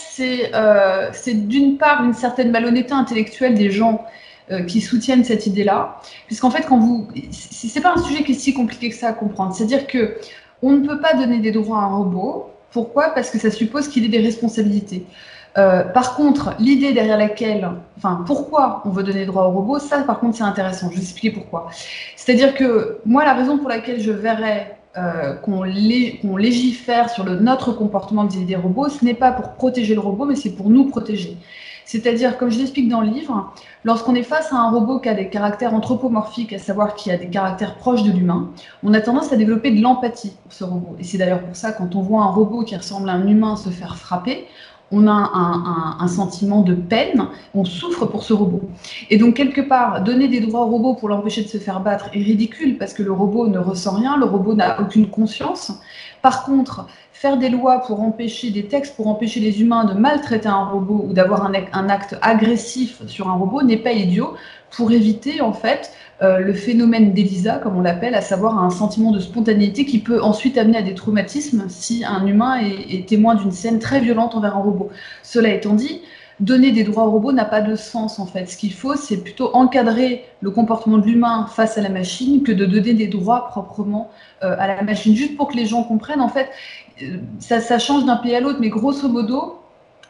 c'est d'une part une certaine malhonnêteté intellectuelle des gens qui soutiennent cette idée-là. Puisqu'en fait, c'est pas un sujet qui est si compliqué que ça à comprendre. C'est-à-dire que on ne peut pas donner des droits à un robot. Pourquoi ? Parce que ça suppose qu'il ait des responsabilités. Par contre, l'idée derrière pourquoi on veut donner des droits aux robots, ça, par contre, c'est intéressant. Je vais vous expliquer pourquoi. C'est-à-dire que moi, la raison pour laquelle je verrais qu'on légifère sur notre comportement vis-à-vis des robots, ce n'est pas pour protéger le robot, mais c'est pour nous protéger. C'est-à-dire, comme je l'explique dans le livre, lorsqu'on est face à un robot qui a des caractères anthropomorphiques, à savoir qui a des caractères proches de l'humain, on a tendance à développer de l'empathie pour ce robot. Et c'est d'ailleurs pour ça, quand on voit un robot qui ressemble à un humain se faire frapper, on a un sentiment de peine, on souffre pour ce robot. Et donc, quelque part, donner des droits au robot pour l'empêcher de se faire battre est ridicule parce que le robot ne ressent rien, le robot n'a aucune conscience. Par contre, faire des lois pour empêcher, des textes pour empêcher les humains de maltraiter un robot ou d'avoir un acte agressif sur un robot n'est pas idiot pour éviter, en fait, le phénomène d'Elisa, comme on l'appelle, à savoir un sentiment de spontanéité qui peut ensuite amener à des traumatismes si un humain est témoin d'une scène très violente envers un robot. Cela étant dit, donner des droits aux robots n'a pas de sens, en fait. Ce qu'il faut, c'est plutôt encadrer le comportement de l'humain face à la machine que de donner des droits proprement à la machine. Juste pour que les gens comprennent, en fait, ça change d'un pays à l'autre, mais grosso modo,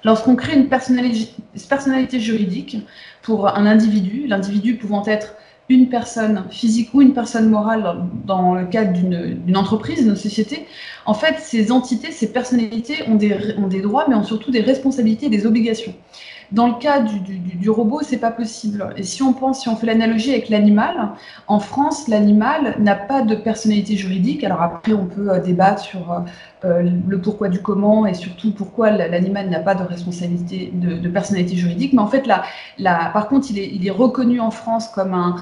Lorsqu'on crée une personnalité juridique pour un individu, l'individu pouvant être une personne physique ou une personne morale dans le cadre d'une entreprise, d'une société, en fait, ces entités, ces personnalités ont des droits, mais ont surtout des responsabilités et des obligations. Dans le cas du robot, c'est pas possible. Et si on fait l'analogie avec l'animal, en France, l'animal n'a pas de personnalité juridique. Alors après, on peut débattre sur le pourquoi du comment et surtout pourquoi l'animal n'a pas de responsabilité, de personnalité juridique. Mais en fait, par contre, il est reconnu en France comme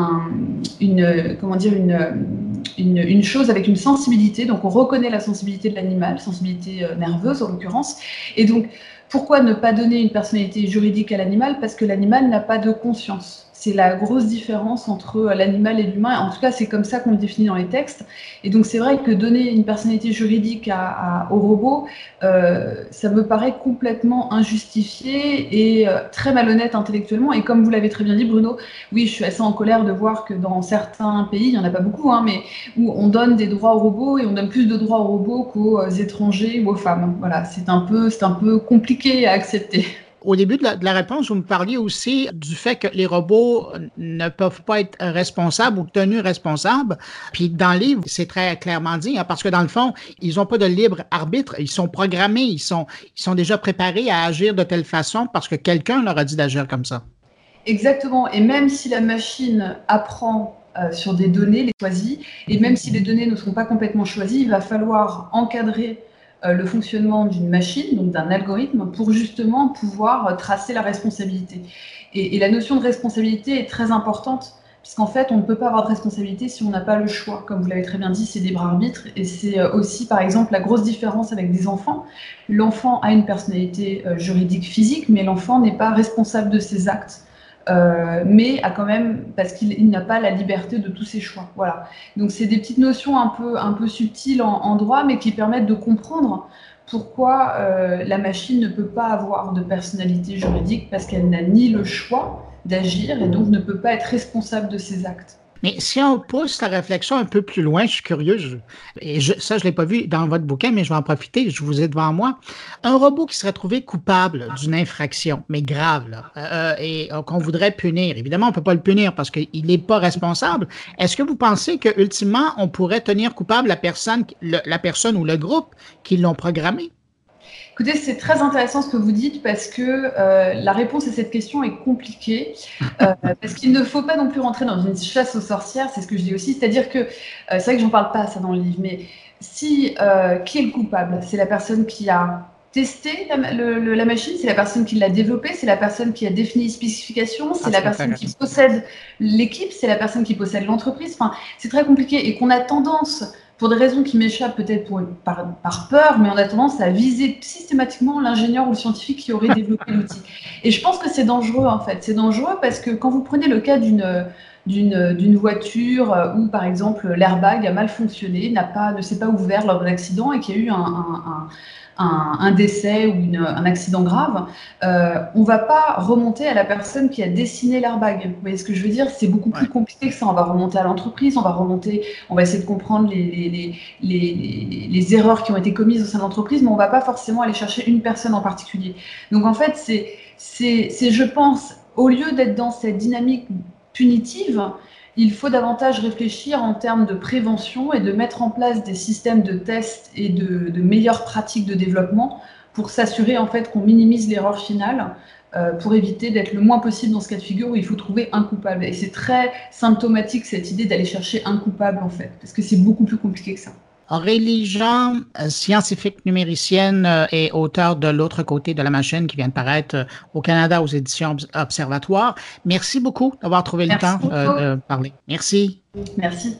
une chose avec une sensibilité. Donc, on reconnaît la sensibilité de l'animal, sensibilité nerveuse en l'occurrence. Et donc, pourquoi ne pas donner une personnalité juridique à l'animal? Parce que l'animal n'a pas de conscience. C'est la grosse différence entre l'animal et l'humain. En tout cas, c'est comme ça qu'on le définit dans les textes. Et donc, c'est vrai que donner une personnalité juridique au robot, ça me paraît complètement injustifié et très malhonnête intellectuellement. Et comme vous l'avez très bien dit, Bruno, oui, je suis assez en colère de voir que dans certains pays, il n'y en a pas beaucoup, mais où on donne des droits aux robots et on donne plus de droits aux robots qu'aux étrangers ou aux femmes. Voilà, c'est un peu compliqué à accepter. Au début de la réponse, vous me parliez aussi du fait que les robots ne peuvent pas être responsables ou tenus responsables. Puis dans le livre, c'est très clairement dit, parce que dans le fond, ils n'ont pas de libre arbitre. Ils sont programmés, ils sont déjà préparés à agir de telle façon parce que quelqu'un leur a dit d'agir comme ça. Exactement. Et même si la machine apprend sur des données, les choisit, et même si les données ne seront pas complètement choisies, il va falloir encadrer le fonctionnement d'une machine, donc d'un algorithme, pour justement pouvoir tracer la responsabilité. Et la notion de responsabilité est très importante, puisqu'en fait, on ne peut pas avoir de responsabilité si on n'a pas le choix. Comme vous l'avez très bien dit, c'est libre arbitre, et c'est aussi, par exemple, la grosse différence avec des enfants. L'enfant a une personnalité juridique physique, mais l'enfant n'est pas responsable de ses actes. Mais a quand même, parce qu'il n'a pas la liberté de tous ses choix. Voilà. Donc c'est des petites notions un peu subtiles en droit, mais qui permettent de comprendre pourquoi la machine ne peut pas avoir de personnalité juridique, parce qu'elle n'a ni le choix d'agir et donc ne peut pas être responsable de ses actes. Mais si on pousse la réflexion un peu plus loin, je suis curieux, ça je ne l'ai pas vu dans votre bouquin, mais je vais en profiter, je vous ai devant moi. Un robot qui serait trouvé coupable d'une infraction, mais grave, et qu'on voudrait punir. Évidemment, on ne peut pas le punir parce qu'il n'est pas responsable. Est-ce que vous pensez qu'ultimement, on pourrait tenir coupable la personne ou le groupe qui l'ont programmé? Écoutez, c'est très intéressant ce que vous dites parce que la réponse à cette question est compliquée parce qu'il ne faut pas non plus rentrer dans une chasse aux sorcières, c'est ce que je dis aussi, c'est-à-dire que c'est vrai que j'en parle pas ça dans le livre, mais qui est le coupable? C'est la personne qui a testé la machine, c'est la personne qui l'a développée, c'est la personne qui a défini les spécifications, c'est la personne qui possède l'équipe, c'est la personne qui possède l'entreprise. Enfin, c'est très compliqué et qu'on a tendance, pour des raisons qui m'échappent peut-être par peur, mais on a tendance à viser systématiquement l'ingénieur ou le scientifique qui aurait développé l'outil. Et je pense que c'est dangereux en fait. C'est dangereux parce que quand vous prenez le cas d'une voiture où par exemple l'airbag a mal fonctionné, ne s'est pas ouvert lors d'un accident et qu'il y a eu un décès ou un accident grave, on ne va pas remonter à la personne qui a dessiné l'airbag. Vous voyez ce que je veux dire? C'est beaucoup plus compliqué que ça. On va remonter à l'entreprise, on va essayer de comprendre les erreurs qui ont été commises au sein de l'entreprise, mais on ne va pas forcément aller chercher une personne en particulier. Donc en fait, je pense, au lieu d'être dans cette dynamique punitive, il faut davantage réfléchir en termes de prévention et de mettre en place des systèmes de tests et de meilleures pratiques de développement pour s'assurer en fait qu'on minimise l'erreur finale pour éviter d'être le moins possible dans ce cas de figure où il faut trouver un coupable. Et c'est très symptomatique cette idée d'aller chercher un coupable en fait, parce que c'est beaucoup plus compliqué que ça. Aurélie Jean, scientifique numéricienne et auteure de L'autre côté de la machine qui vient de paraître au Canada aux éditions Observatoire. Merci beaucoup d'avoir trouvé le temps de parler. Merci. Merci.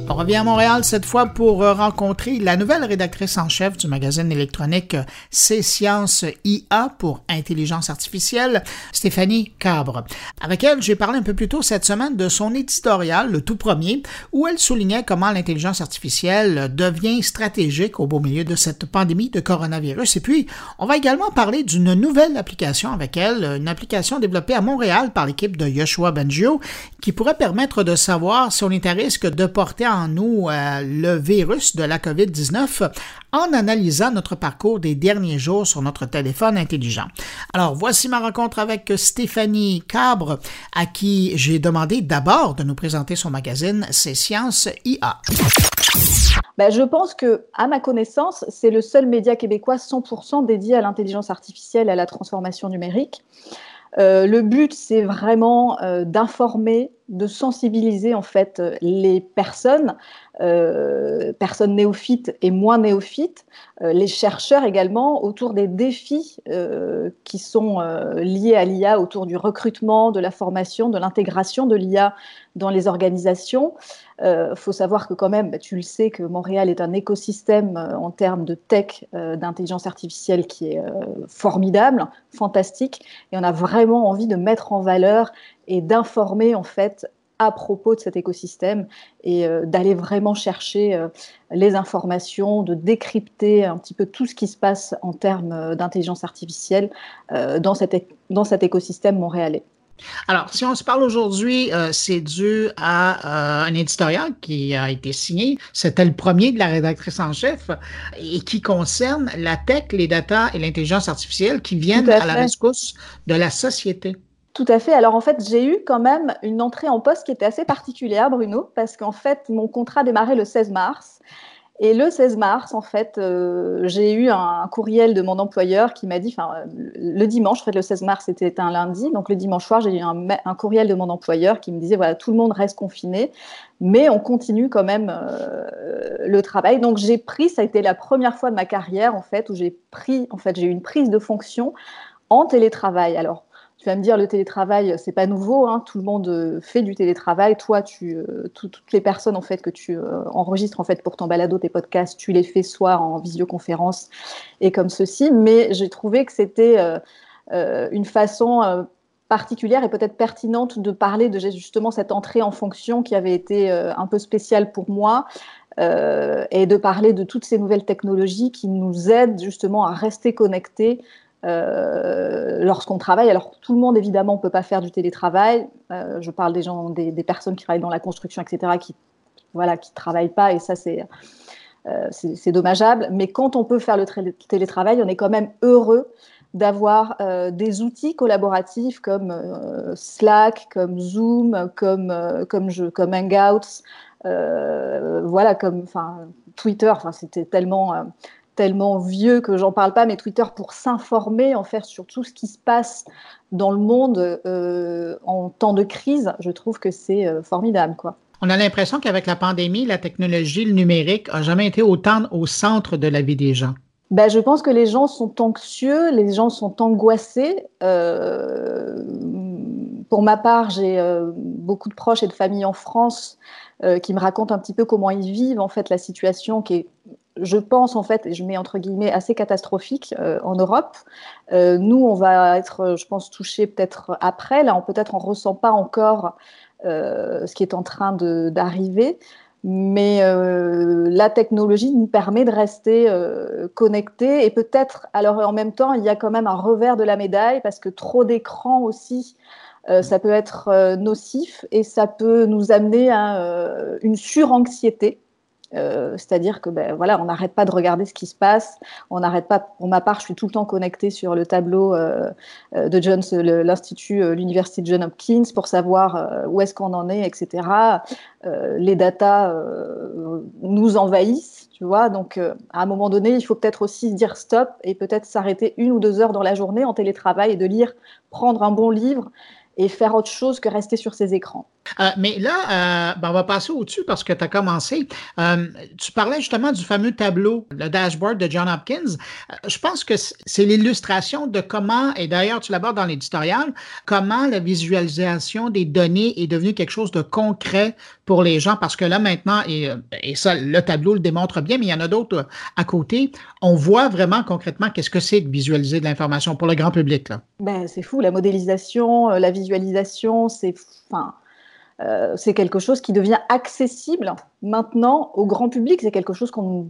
On revient à Montréal cette fois pour rencontrer la nouvelle rédactrice en chef du magazine électronique C-Sciences IA pour intelligence artificielle, Stéphanie Cabre. Avec elle, j'ai parlé un peu plus tôt cette semaine de son éditorial, le tout premier, où elle soulignait comment l'intelligence artificielle devient stratégique au beau milieu de cette pandémie de coronavirus. Et puis, on va également parler d'une nouvelle application avec elle, une application développée à Montréal par l'équipe de Yoshua Bengio, qui pourrait permettre de savoir si on est à risque de porter en nous le virus de la COVID-19 en analysant notre parcours des derniers jours sur notre téléphone intelligent. Alors, voici ma rencontre avec Stéphanie Cabre, à qui j'ai demandé d'abord de nous présenter son magazine C-Sciences IA. Je pense que, à ma connaissance, c'est le seul média québécois 100% dédié à l'intelligence artificielle et à la transformation numérique. Le but, c'est vraiment d'informer, de sensibiliser en fait les personnes néophytes et moins néophytes, les chercheurs également, autour des défis qui sont liés à l'IA, autour du recrutement, de la formation, de l'intégration de l'IA dans les organisations. Faut savoir que quand même, tu le sais, que Montréal est un écosystème en termes de tech, d'intelligence artificielle qui est formidable, fantastique, et on a vraiment envie de mettre en valeur et d'informer en fait à propos de cet écosystème et d'aller vraiment chercher les informations, de décrypter un petit peu tout ce qui se passe en termes d'intelligence artificielle dans cet écosystème montréalais. Alors, si on se parle aujourd'hui, c'est dû à un éditorial qui a été signé. C'était le premier de la rédactrice en chef et qui concerne la tech, les data et l'intelligence artificielle qui viennent à la rescousse de la société. Tout à fait. Alors, en fait, j'ai eu quand même une entrée en poste qui était assez particulière, Bruno, parce qu'en fait, mon contrat démarrait le 16 mars. Et le 16 mars, en fait, j'ai eu un courriel de mon employeur qui m'a dit, le dimanche, en fait, le 16 mars, c'était un lundi, donc le dimanche soir, j'ai eu un courriel de mon employeur qui me disait, voilà, tout le monde reste confiné, mais on continue quand même le travail. Donc, ça a été la première fois de ma carrière, en fait, où j'ai eu une prise de fonction en télétravail. Alors, tu vas me dire, le télétravail, c'est pas nouveau, hein, tout le monde fait du télétravail. Toi, toutes les personnes en fait que tu enregistres en fait pour ton balado, tes podcasts, tu les fais soit en visioconférence et comme ceci. Mais j'ai trouvé que c'était une façon particulière et peut-être pertinente de parler de justement cette entrée en fonction qui avait été un peu spéciale pour moi. Et de parler de toutes ces nouvelles technologies qui nous aident justement à rester connectés lorsqu'on travaille. Alors tout le monde évidemment ne peut pas faire du télétravail, je parle des personnes qui travaillent dans la construction, etc., qui travaillent pas, et ça c'est dommageable, mais quand on peut faire le télétravail, on est quand même heureux d'avoir des outils collaboratifs comme Slack, comme Zoom, comme Hangouts, comme Twitter, c'était tellement vieux que j'en parle pas, mais Twitter pour s'informer en fait sur tout ce qui se passe dans le monde en temps de crise, je trouve que c'est formidable, quoi. On a l'impression qu'avec la pandémie, la technologie, le numérique n'a jamais été autant au centre de la vie des gens. Je pense que les gens sont anxieux, les gens sont angoissés. Pour ma part, j'ai beaucoup de proches et de familles en France qui me racontent un petit peu comment ils vivent en fait la situation qui est, je pense en fait, et je mets entre guillemets, assez catastrophique en Europe. Nous, on va être, je pense, touchés peut-être après. Là, peut-être on ne ressent pas encore ce qui est en train d'arriver. Mais la technologie nous permet de rester connectés et peut-être, alors en même temps, il y a quand même un revers de la médaille parce que trop d'écran aussi, ça peut être nocif et ça peut nous amener à une suranxiété. C'est-à-dire que on n'arrête pas de regarder ce qui se passe, on n'arrête pas. Pour ma part, je suis tout le temps connectée sur le tableau de l'institut, l'université de Johns Hopkins pour savoir où est-ce qu'on en est, etc. Les datas nous envahissent, tu vois. Donc, à un moment donné, il faut peut-être aussi dire stop et peut-être s'arrêter 1 ou 2 heures dans la journée en télétravail et de lire, prendre un bon livre et faire autre chose que rester sur ces écrans. Mais là, on va passer au-dessus parce que tu as commencé. Tu parlais justement du fameux tableau, le dashboard de John Hopkins. Je pense que c'est l'illustration de comment, et d'ailleurs tu l'abordes dans l'éditorial, comment la visualisation des données est devenue quelque chose de concret pour les gens parce que là maintenant, et ça, le tableau le démontre bien, mais il y en a d'autres à côté, on voit vraiment concrètement qu'est-ce que c'est de visualiser de l'information pour le grand public, là. Ben, c'est fou, la modélisation, la visualisation, c'est quelque chose qui devient accessible maintenant au grand public. C'est quelque chose qu'on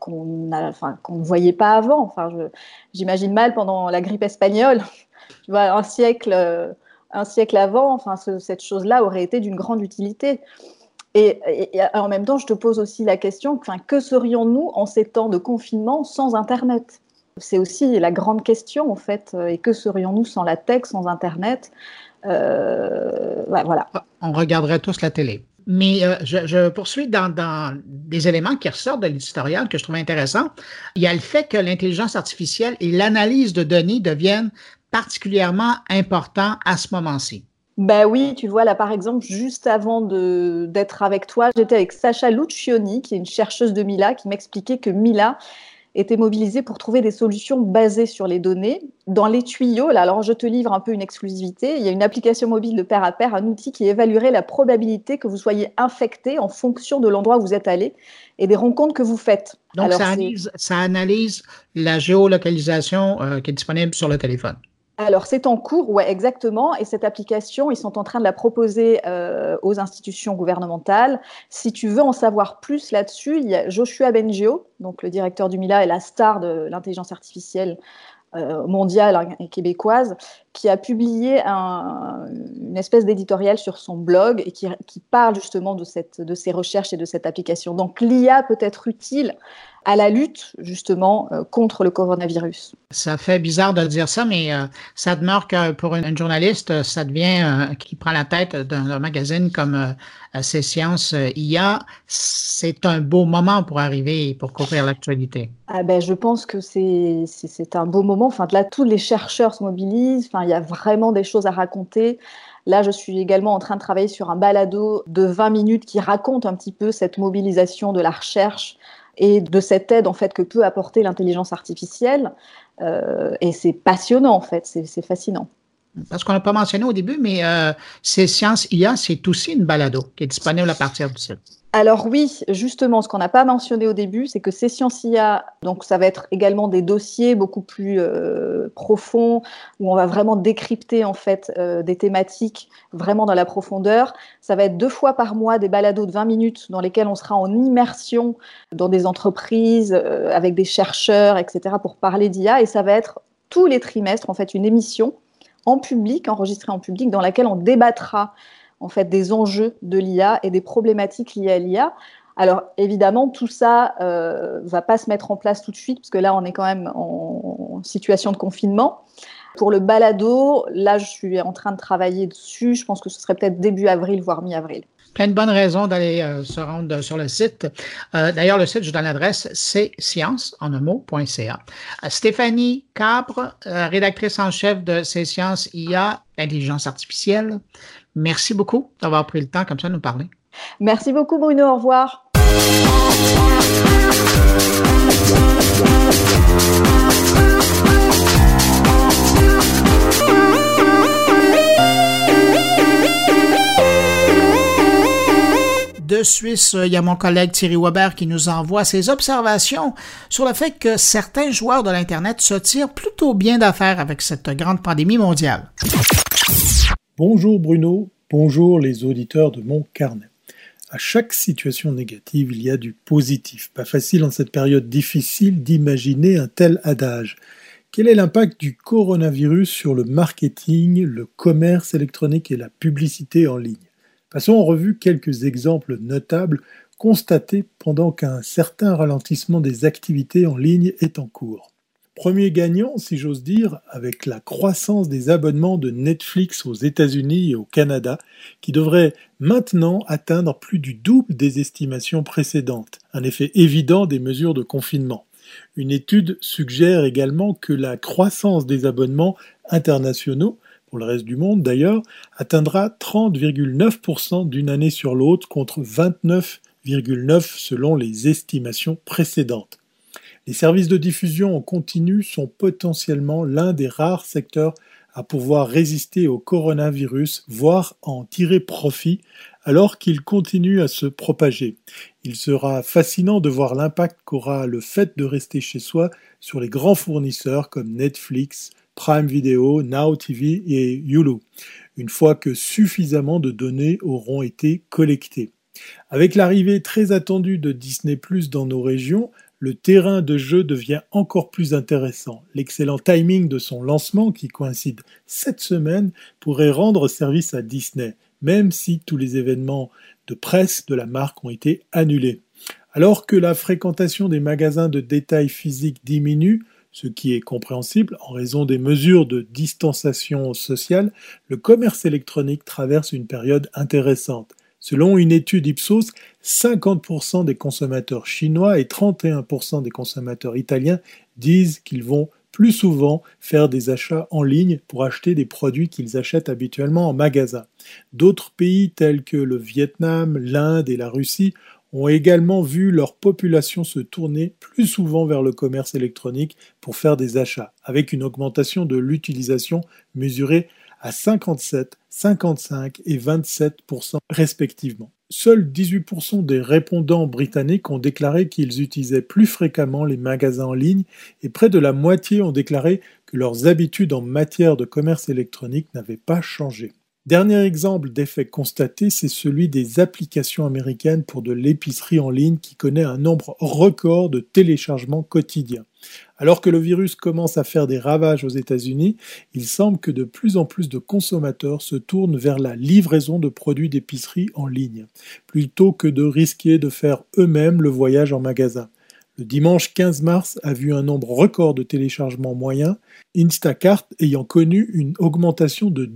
ne voyait pas avant. J'imagine mal pendant la grippe espagnole, tu vois, un siècle avant, cette chose-là aurait été d'une grande utilité. Et en même temps, je te pose aussi la question, que serions-nous en ces temps de confinement sans Internet ? C'est aussi la grande question, en fait. Et que serions-nous sans la tech, sans Internet ? Voilà. On regarderait tous la télé. Mais je poursuis dans des éléments qui ressortent de l'éditorial que je trouve intéressants. Il y a le fait que l'intelligence artificielle et l'analyse de données deviennent particulièrement importants à ce moment-ci. Ben oui, tu vois, là, par exemple, juste avant d'être avec toi, j'étais avec Sacha Luccioni, qui est une chercheuse de Mila, qui m'expliquait que Mila était mobilisée pour trouver des solutions basées sur les données. Dans les tuyaux, là, alors je te livre un peu une exclusivité, il y a une application mobile de pair à pair, un outil qui évaluerait la probabilité que vous soyez infecté en fonction de l'endroit où vous êtes allé et des rencontres que vous faites. Donc, alors, ça analyse la géolocalisation qui est disponible sur le téléphone. Alors, c'est en cours, ouais, exactement. Et cette application, ils sont en train de la proposer aux institutions gouvernementales. Si tu veux en savoir plus là-dessus, il y a Joshua Bengio, donc le directeur du Mila et la star de l'intelligence artificielle mondiale et québécoise, qui a publié une espèce d'éditorial sur son blog et qui parle justement de ces recherches et de cette application. Donc, l'IA peut être utile à la lutte, justement, contre le coronavirus. Ça fait bizarre de dire ça, mais ça demeure que pour une journaliste, ça devient qui prend la tête d'un magazine comme C'est Sciences IA. C'est un beau moment pour arriver et pour couvrir l'actualité. Ah ben, je pense que c'est un beau moment. Enfin, là, tous les chercheurs se mobilisent. Enfin, il y a vraiment des choses à raconter. Là, je suis également en train de travailler sur un balado de 20 minutes qui raconte un petit peu cette mobilisation de la recherche et de cette aide en fait que peut apporter l'intelligence artificielle. Et c'est passionnant en fait, c'est fascinant. Parce qu'on n'a pas mentionné au début, mais C'est Sciences IA, c'est aussi une balado qui est disponible à partir du site. Alors oui, justement, ce qu'on n'a pas mentionné au début, c'est que C'est Sciences IA, donc ça va être également des dossiers beaucoup plus profonds, où on va vraiment décrypter en fait des thématiques vraiment dans la profondeur. Ça va être 2 fois par mois des balados de 20 minutes dans lesquels on sera en immersion dans des entreprises avec des chercheurs, etc. pour parler d'IA. Et ça va être tous les trimestres en fait une émission en public, enregistrée en public, dans laquelle on débattra en fait des enjeux de l'IA et des problématiques liées à l'IA. Alors évidemment, tout ça va pas se mettre en place tout de suite, parce que là, on est quand même en situation de confinement. Pour le balado, là, je suis en train de travailler dessus. Je pense que ce serait peut-être début avril, voire mi-avril. Plein de bonnes raisons d'aller se rendre sur le site. D'ailleurs, le site, je donne l'adresse, c'est science.ca. Stéphanie Cabre, rédactrice en chef de C'est Sciences IA, intelligence artificielle. Merci beaucoup d'avoir pris le temps comme ça de nous parler. Merci beaucoup, Bruno. Au revoir. De Suisse, il y a mon collègue Thierry Weber qui nous envoie ses observations sur le fait que certains joueurs de l'Internet se tirent plutôt bien d'affaire avec cette grande pandémie mondiale. Bonjour Bruno, bonjour les auditeurs de mon carnet. À chaque situation négative, il y a du positif. Pas facile en cette période difficile d'imaginer un tel adage. Quel est l'impact du coronavirus sur le marketing, le commerce électronique et la publicité en ligne ? Passons en revue quelques exemples notables constatés pendant qu'un certain ralentissement des activités en ligne est en cours. Premier gagnant, si j'ose dire, avec la croissance des abonnements de Netflix aux États-Unis et au Canada, qui devrait maintenant atteindre plus du double des estimations précédentes, un effet évident des mesures de confinement. Une étude suggère également que la croissance des abonnements internationaux pour le reste du monde d'ailleurs, atteindra 30,9% d'une année sur l'autre contre 29,9% selon les estimations précédentes. Les services de diffusion en continu sont potentiellement l'un des rares secteurs à pouvoir résister au coronavirus, voire en tirer profit, alors qu'il continue à se propager. Il sera fascinant de voir l'impact qu'aura le fait de rester chez soi sur les grands fournisseurs comme Netflix, Prime Video, Now TV et Hulu, une fois que suffisamment de données auront été collectées. Avec l'arrivée très attendue de Disney+ dans nos régions, le terrain de jeu devient encore plus intéressant. L'excellent timing de son lancement, qui coïncide cette semaine, pourrait rendre service à Disney, même si tous les événements de presse de la marque ont été annulés. Alors que la fréquentation des magasins de détail physiques diminue, ce qui est compréhensible en raison des mesures de distanciation sociale, le commerce électronique traverse une période intéressante. Selon une étude Ipsos, 50% des consommateurs chinois et 31% des consommateurs italiens disent qu'ils vont plus souvent faire des achats en ligne pour acheter des produits qu'ils achètent habituellement en magasin. D'autres pays tels que le Vietnam, l'Inde et la Russie ont également vu leur population se tourner plus souvent vers le commerce électronique pour faire des achats, avec une augmentation de l'utilisation mesurée à 57, 55 et 27% respectivement. Seuls 18% des répondants britanniques ont déclaré qu'ils utilisaient plus fréquemment les magasins en ligne et près de la moitié ont déclaré que leurs habitudes en matière de commerce électronique n'avaient pas changé. Dernier exemple d'effet constaté, c'est celui des applications américaines pour de l'épicerie en ligne qui connaît un nombre record de téléchargements quotidiens. Alors que le virus commence à faire des ravages aux États-Unis, il semble que de plus en plus de consommateurs se tournent vers la livraison de produits d'épicerie en ligne, plutôt que de risquer de faire eux-mêmes le voyage en magasin. Le dimanche 15 mars a vu un nombre record de téléchargements moyens, Instacart ayant connu une augmentation de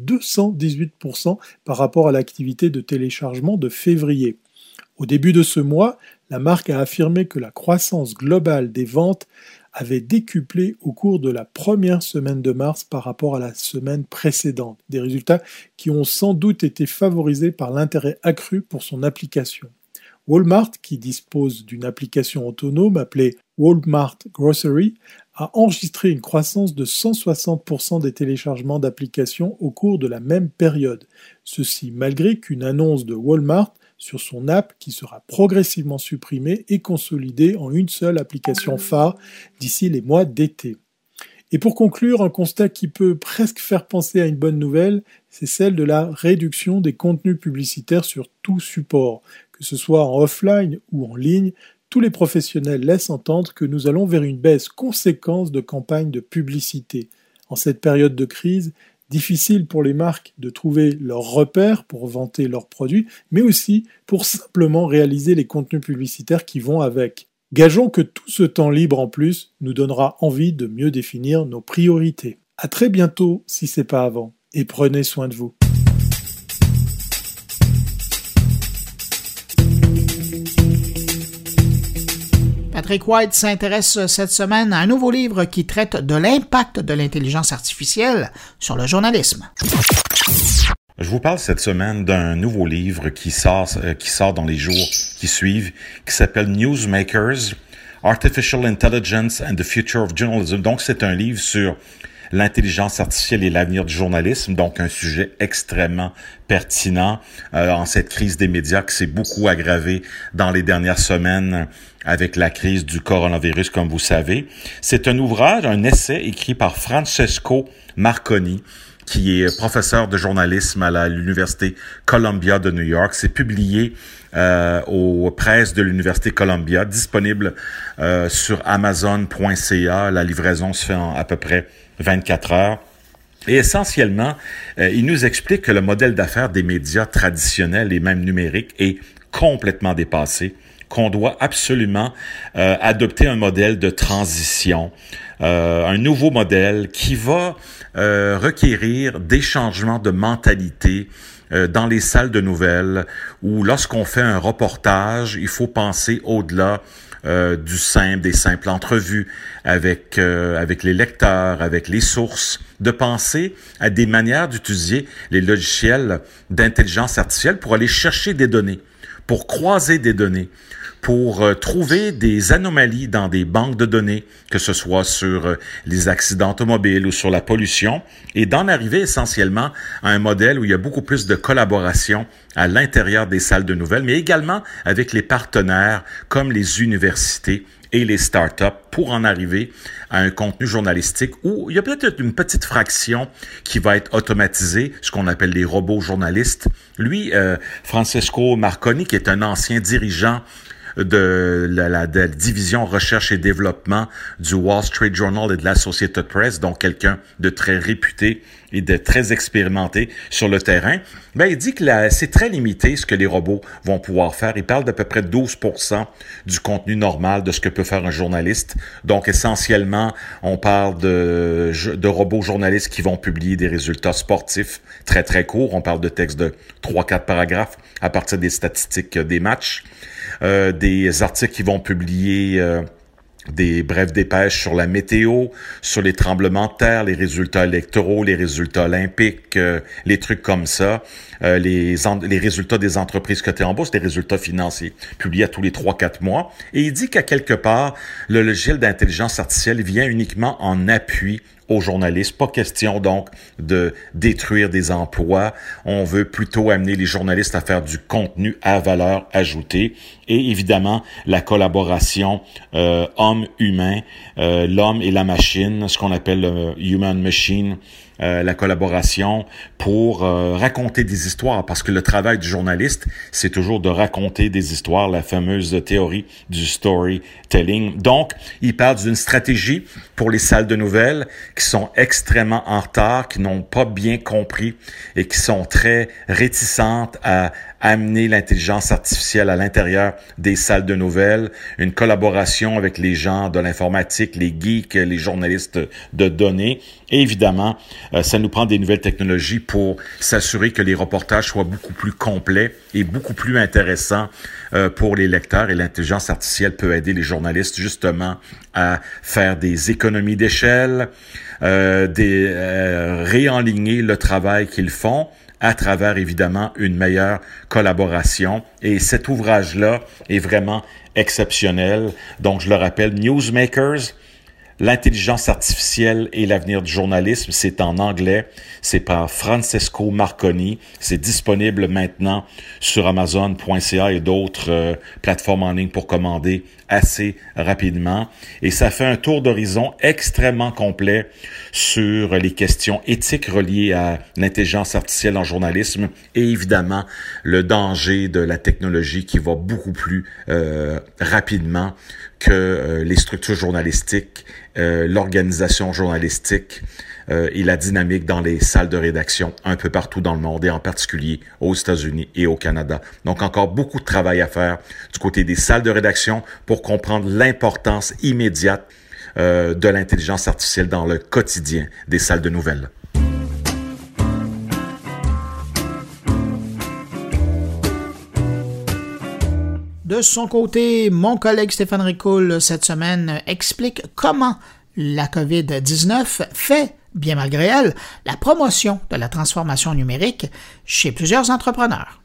218% par rapport à l'activité de téléchargement de février. Au début de ce mois, la marque a affirmé que la croissance globale des ventes avait décuplé au cours de la première semaine de mars par rapport à la semaine précédente, des résultats qui ont sans doute été favorisés par l'intérêt accru pour son application. Walmart, qui dispose d'une application autonome appelée Walmart Grocery, a enregistré une croissance de 160% des téléchargements d'applications au cours de la même période. Ceci malgré qu'une annonce de Walmart sur son app qui sera progressivement supprimée et consolidée en une seule application phare d'ici les mois d'été. Et pour conclure, un constat qui peut presque faire penser à une bonne nouvelle, c'est celle de la réduction des contenus publicitaires sur tout support. Que ce soit en offline ou en ligne, tous les professionnels laissent entendre que nous allons vers une baisse conséquente de campagnes de publicité. En cette période de crise, difficile pour les marques de trouver leurs repères pour vanter leurs produits, mais aussi pour simplement réaliser les contenus publicitaires qui vont avec. Gageons que tout ce temps libre en plus nous donnera envie de mieux définir nos priorités. À très bientôt si c'est pas avant, et prenez soin de vous. Patrick White s'intéresse cette semaine à un nouveau livre qui traite de l'impact de l'intelligence artificielle sur le journalisme. Je vous parle cette semaine d'un nouveau livre qui sort dans les jours qui suivent, qui s'appelle Newsmakers, Artificial Intelligence and the Future of Journalism. Donc, c'est un livre sur l'intelligence artificielle et l'avenir du journalisme, donc un sujet extrêmement pertinent en cette crise des médias qui s'est beaucoup aggravée dans les dernières semaines avec la crise du coronavirus, comme vous savez. C'est un ouvrage, un essai écrit par Francesco Marconi, qui est professeur de journalisme à l'Université Columbia de New York. C'est publié aux presses de l'Université Columbia, disponible sur Amazon.ca. La livraison se fait en à peu près 24 heures. Et essentiellement, il nous explique que le modèle d'affaires des médias traditionnels et même numériques est complètement dépassé, qu'on doit absolument adopter un modèle de transition, un nouveau modèle qui va requérir des changements de mentalité dans les salles de nouvelles où lorsqu'on fait un reportage, il faut penser au-delà des simples entrevues avec les lecteurs, avec les sources, de penser à des manières d'utiliser les logiciels d'intelligence artificielle pour aller chercher des données, pour croiser des données, pour trouver des anomalies dans des banques de données, que ce soit sur les accidents automobiles ou sur la pollution, et d'en arriver essentiellement à un modèle où il y a beaucoup plus de collaboration à l'intérieur des salles de nouvelles, mais également avec les partenaires comme les universités et les startups pour en arriver à un contenu journalistique où il y a peut-être une petite fraction qui va être automatisée, ce qu'on appelle les robots journalistes. Lui, Francesco Marconi, qui est un ancien dirigeant de la division recherche et développement du Wall Street Journal et de l'Associated Press, donc quelqu'un de très réputé et de très expérimenté sur le terrain, il dit que c'est très limité ce que les robots vont pouvoir faire. Il parle d'à peu près 12% du contenu normal de ce que peut faire un journaliste. Donc, essentiellement, on parle de robots journalistes qui vont publier des résultats sportifs très, très courts. On parle de textes de 3-4 paragraphes à partir des statistiques des matchs. Des articles qui vont publier des brèves dépêches sur la météo, sur les tremblements de terre, les résultats électoraux, les résultats olympiques, les trucs comme ça, les résultats des entreprises cotées en bourse, les résultats financiers publiés à tous les 3-4 mois. Et il dit qu'à quelque part, le logiciel d'intelligence artificielle vient uniquement en appui aux journalistes. Pas question donc de détruire des emplois. On veut plutôt amener les journalistes à faire du contenu à valeur ajoutée. Et évidemment, la collaboration homme-humain, l'homme et la machine, ce qu'on appelle human-machine, la collaboration pour raconter des histoires, parce que le travail du journaliste, c'est toujours de raconter des histoires, la fameuse théorie du storytelling. Donc, il parle d'une stratégie pour les salles de nouvelles qui sont extrêmement en retard, qui n'ont pas bien compris et qui sont très réticentes à amener l'intelligence artificielle à l'intérieur des salles de nouvelles, une collaboration avec les gens de l'informatique, les geeks, les journalistes de données. Et évidemment, ça nous prend des nouvelles technologies pour s'assurer que les reportages soient beaucoup plus complets et beaucoup plus intéressants pour les lecteurs. Et l'intelligence artificielle peut aider les journalistes justement à faire des économies d'échelle, réenligner le travail qu'ils font à travers, évidemment, une meilleure collaboration. Et cet ouvrage-là est vraiment exceptionnel. Donc, je le rappelle, Newsmakers, l'intelligence artificielle et l'avenir du journalisme, c'est en anglais, c'est par Francesco Marconi, c'est disponible maintenant sur Amazon.ca et d'autres plateformes en ligne pour commander assez rapidement. Et ça fait un tour d'horizon extrêmement complet sur les questions éthiques reliées à l'intelligence artificielle en journalisme et évidemment le danger de la technologie qui va beaucoup plus rapidement que les structures journalistiques, l'organisation journalistique et la dynamique dans les salles de rédaction un peu partout dans le monde et en particulier aux États-Unis et au Canada. Donc encore beaucoup de travail à faire du côté des salles de rédaction pour comprendre l'importance immédiate de l'intelligence artificielle dans le quotidien des salles de nouvelles. De son côté, mon collègue Stéphane Ricoul, cette semaine, explique comment la COVID-19 fait, bien malgré elle, la promotion de la transformation numérique chez plusieurs entrepreneurs.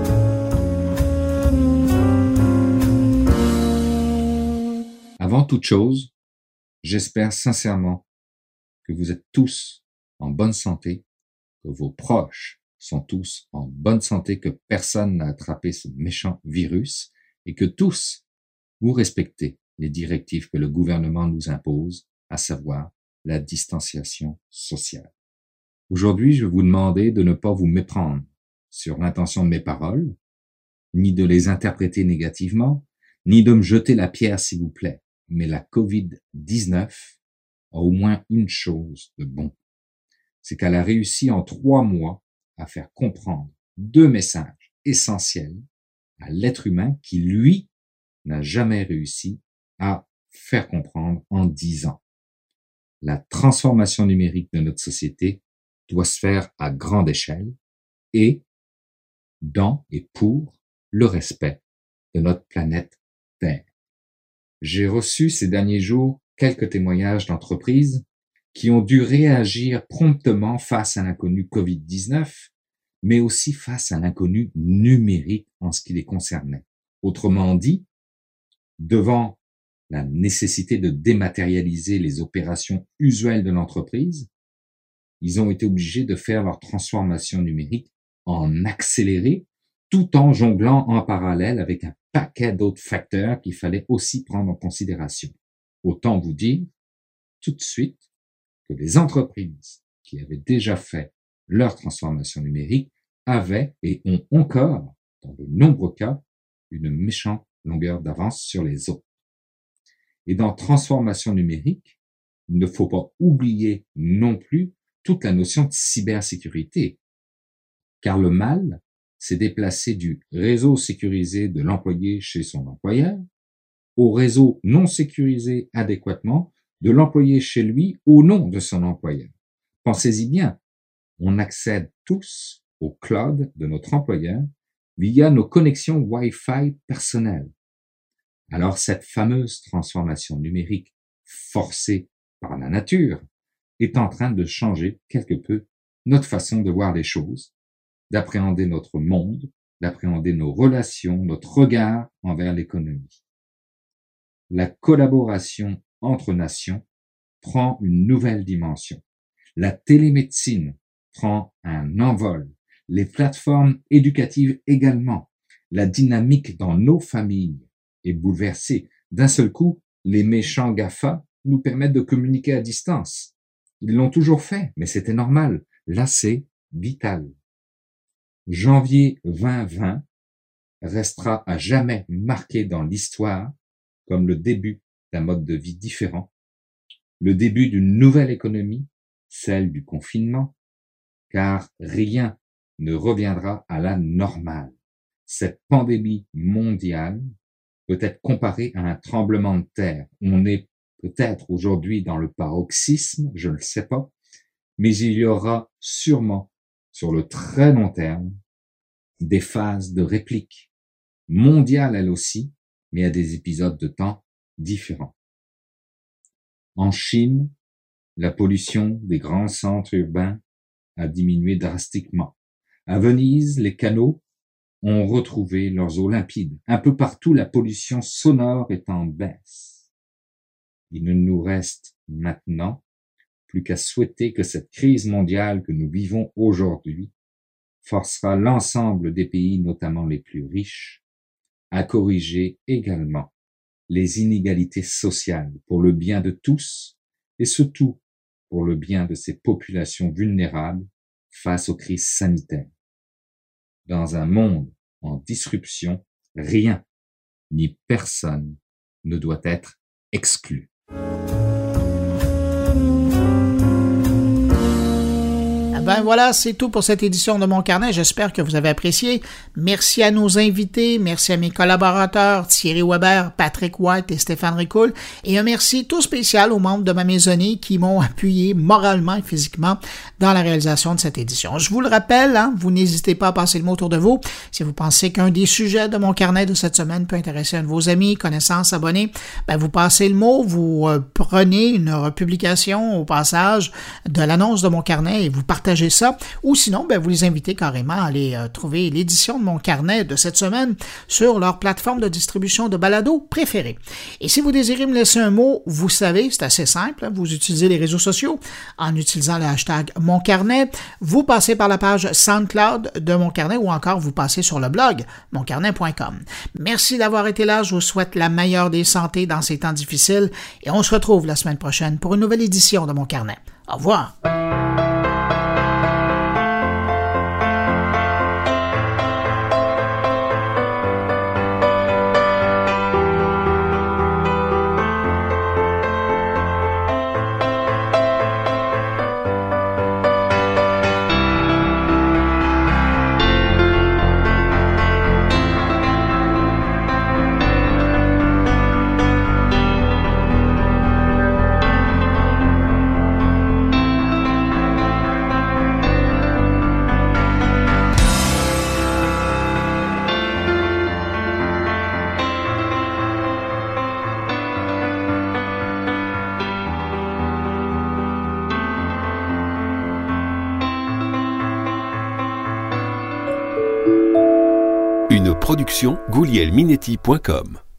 Avant toute chose, j'espère sincèrement que vous êtes tous en bonne santé, que vos proches sont tous en bonne santé, que personne n'a attrapé ce méchant virus et que tous, vous respectez les directives que le gouvernement nous impose, à savoir la distanciation sociale. Aujourd'hui, je vais vous demander de ne pas vous méprendre sur l'intention de mes paroles, ni de les interpréter négativement, ni de me jeter la pierre, s'il vous plaît. Mais la COVID-19 a au moins une chose de bon. C'est qu'elle a réussi en 3 mois à faire comprendre 2 messages essentiels à l'être humain qui, lui, n'a jamais réussi à faire comprendre en 10 ans. La transformation numérique de notre société doit se faire à grande échelle et dans et pour le respect de notre planète Terre. j'ai reçu ces derniers jours quelques témoignages d'entreprises qui ont dû réagir promptement face à l'inconnu Covid-19, mais aussi face à l'inconnu numérique en ce qui les concernait. Autrement dit, devant la nécessité de dématérialiser les opérations usuelles de l'entreprise, ils ont été obligés de faire leur transformation numérique en accéléré, tout en jonglant en parallèle avec un paquet d'autres facteurs qu'il fallait aussi prendre en considération. Autant vous dire tout de suite que les entreprises qui avaient déjà fait leur transformation numérique avaient et ont encore, dans de nombreux cas, une méchante longueur d'avance sur les autres. Et dans transformation numérique, il ne faut pas oublier non plus toute la notion de cybersécurité, car le mal s'est déplacé du réseau sécurisé de l'employé chez son employeur au réseau non sécurisé adéquatement de l'employé chez lui au nom de son employeur. Pensez-y bien, on accède tous au cloud de notre employeur via nos connexions Wi-Fi personnelles. Alors cette fameuse transformation numérique forcée par la nature est en train de changer quelque peu notre façon de voir les choses, d'appréhender notre monde, d'appréhender nos relations, notre regard envers l'économie. La collaboration entre nations prend une nouvelle dimension. La télémédecine prend un envol. Les plateformes éducatives également. La dynamique dans nos familles est bouleversée. D'un seul coup, les méchants GAFA nous permettent de communiquer à distance. Ils l'ont toujours fait, mais c'était normal. Là, c'est vital. Janvier 2020 restera à jamais marqué dans l'histoire comme le début d'un mode de vie différent, le début d'une nouvelle économie, celle du confinement, car rien ne reviendra à la normale. Cette pandémie mondiale peut être comparée à un tremblement de terre. On est peut-être aujourd'hui dans le paroxysme, je ne le sais pas, mais il y aura sûrement, sur le très long terme, des phases de réplique, mondiales elles aussi, mais à des épisodes de temps différents. En Chine, la pollution des grands centres urbains a diminué drastiquement. À Venise, les canaux ont retrouvé leurs eaux limpides. Un peu partout, la pollution sonore est en baisse. Il ne nous reste maintenant plus qu'à souhaiter que cette crise mondiale que nous vivons aujourd'hui forcera l'ensemble des pays, notamment les plus riches, à corriger également les inégalités sociales pour le bien de tous et surtout pour le bien de ces populations vulnérables face aux crises sanitaires. Dans un monde en disruption, rien ni personne ne doit être exclu. Ben voilà, c'est tout pour cette édition de Mon Carnet. J'espère que vous avez apprécié. Merci à nos invités, merci à mes collaborateurs Thierry Weber, Patrick White et Stéphane Ricoul. Et un merci tout spécial aux membres de ma maisonnée qui m'ont appuyé moralement et physiquement dans la réalisation de cette édition. Je vous le rappelle, vous n'hésitez pas à passer le mot autour de vous. Si vous pensez qu'un des sujets de Mon Carnet de cette semaine peut intéresser un de vos amis, connaissances, abonnés, vous passez le mot, vous prenez une republication au passage de l'annonce de Mon Carnet et vous partagez ça, ou sinon, vous les invitez carrément à aller trouver l'édition de Mon Carnet de cette semaine sur leur plateforme de distribution de balado préférée. Et si vous désirez me laisser un mot, vous savez, c'est assez simple, vous utilisez les réseaux sociaux en utilisant le hashtag Mon Carnet, vous passez par la page SoundCloud de Mon Carnet ou encore vous passez sur le blog moncarnet.com. Merci d'avoir été là, je vous souhaite la meilleure des santé dans ces temps difficiles et on se retrouve la semaine prochaine pour une nouvelle édition de Mon Carnet. Au revoir! production goulielminetti.com.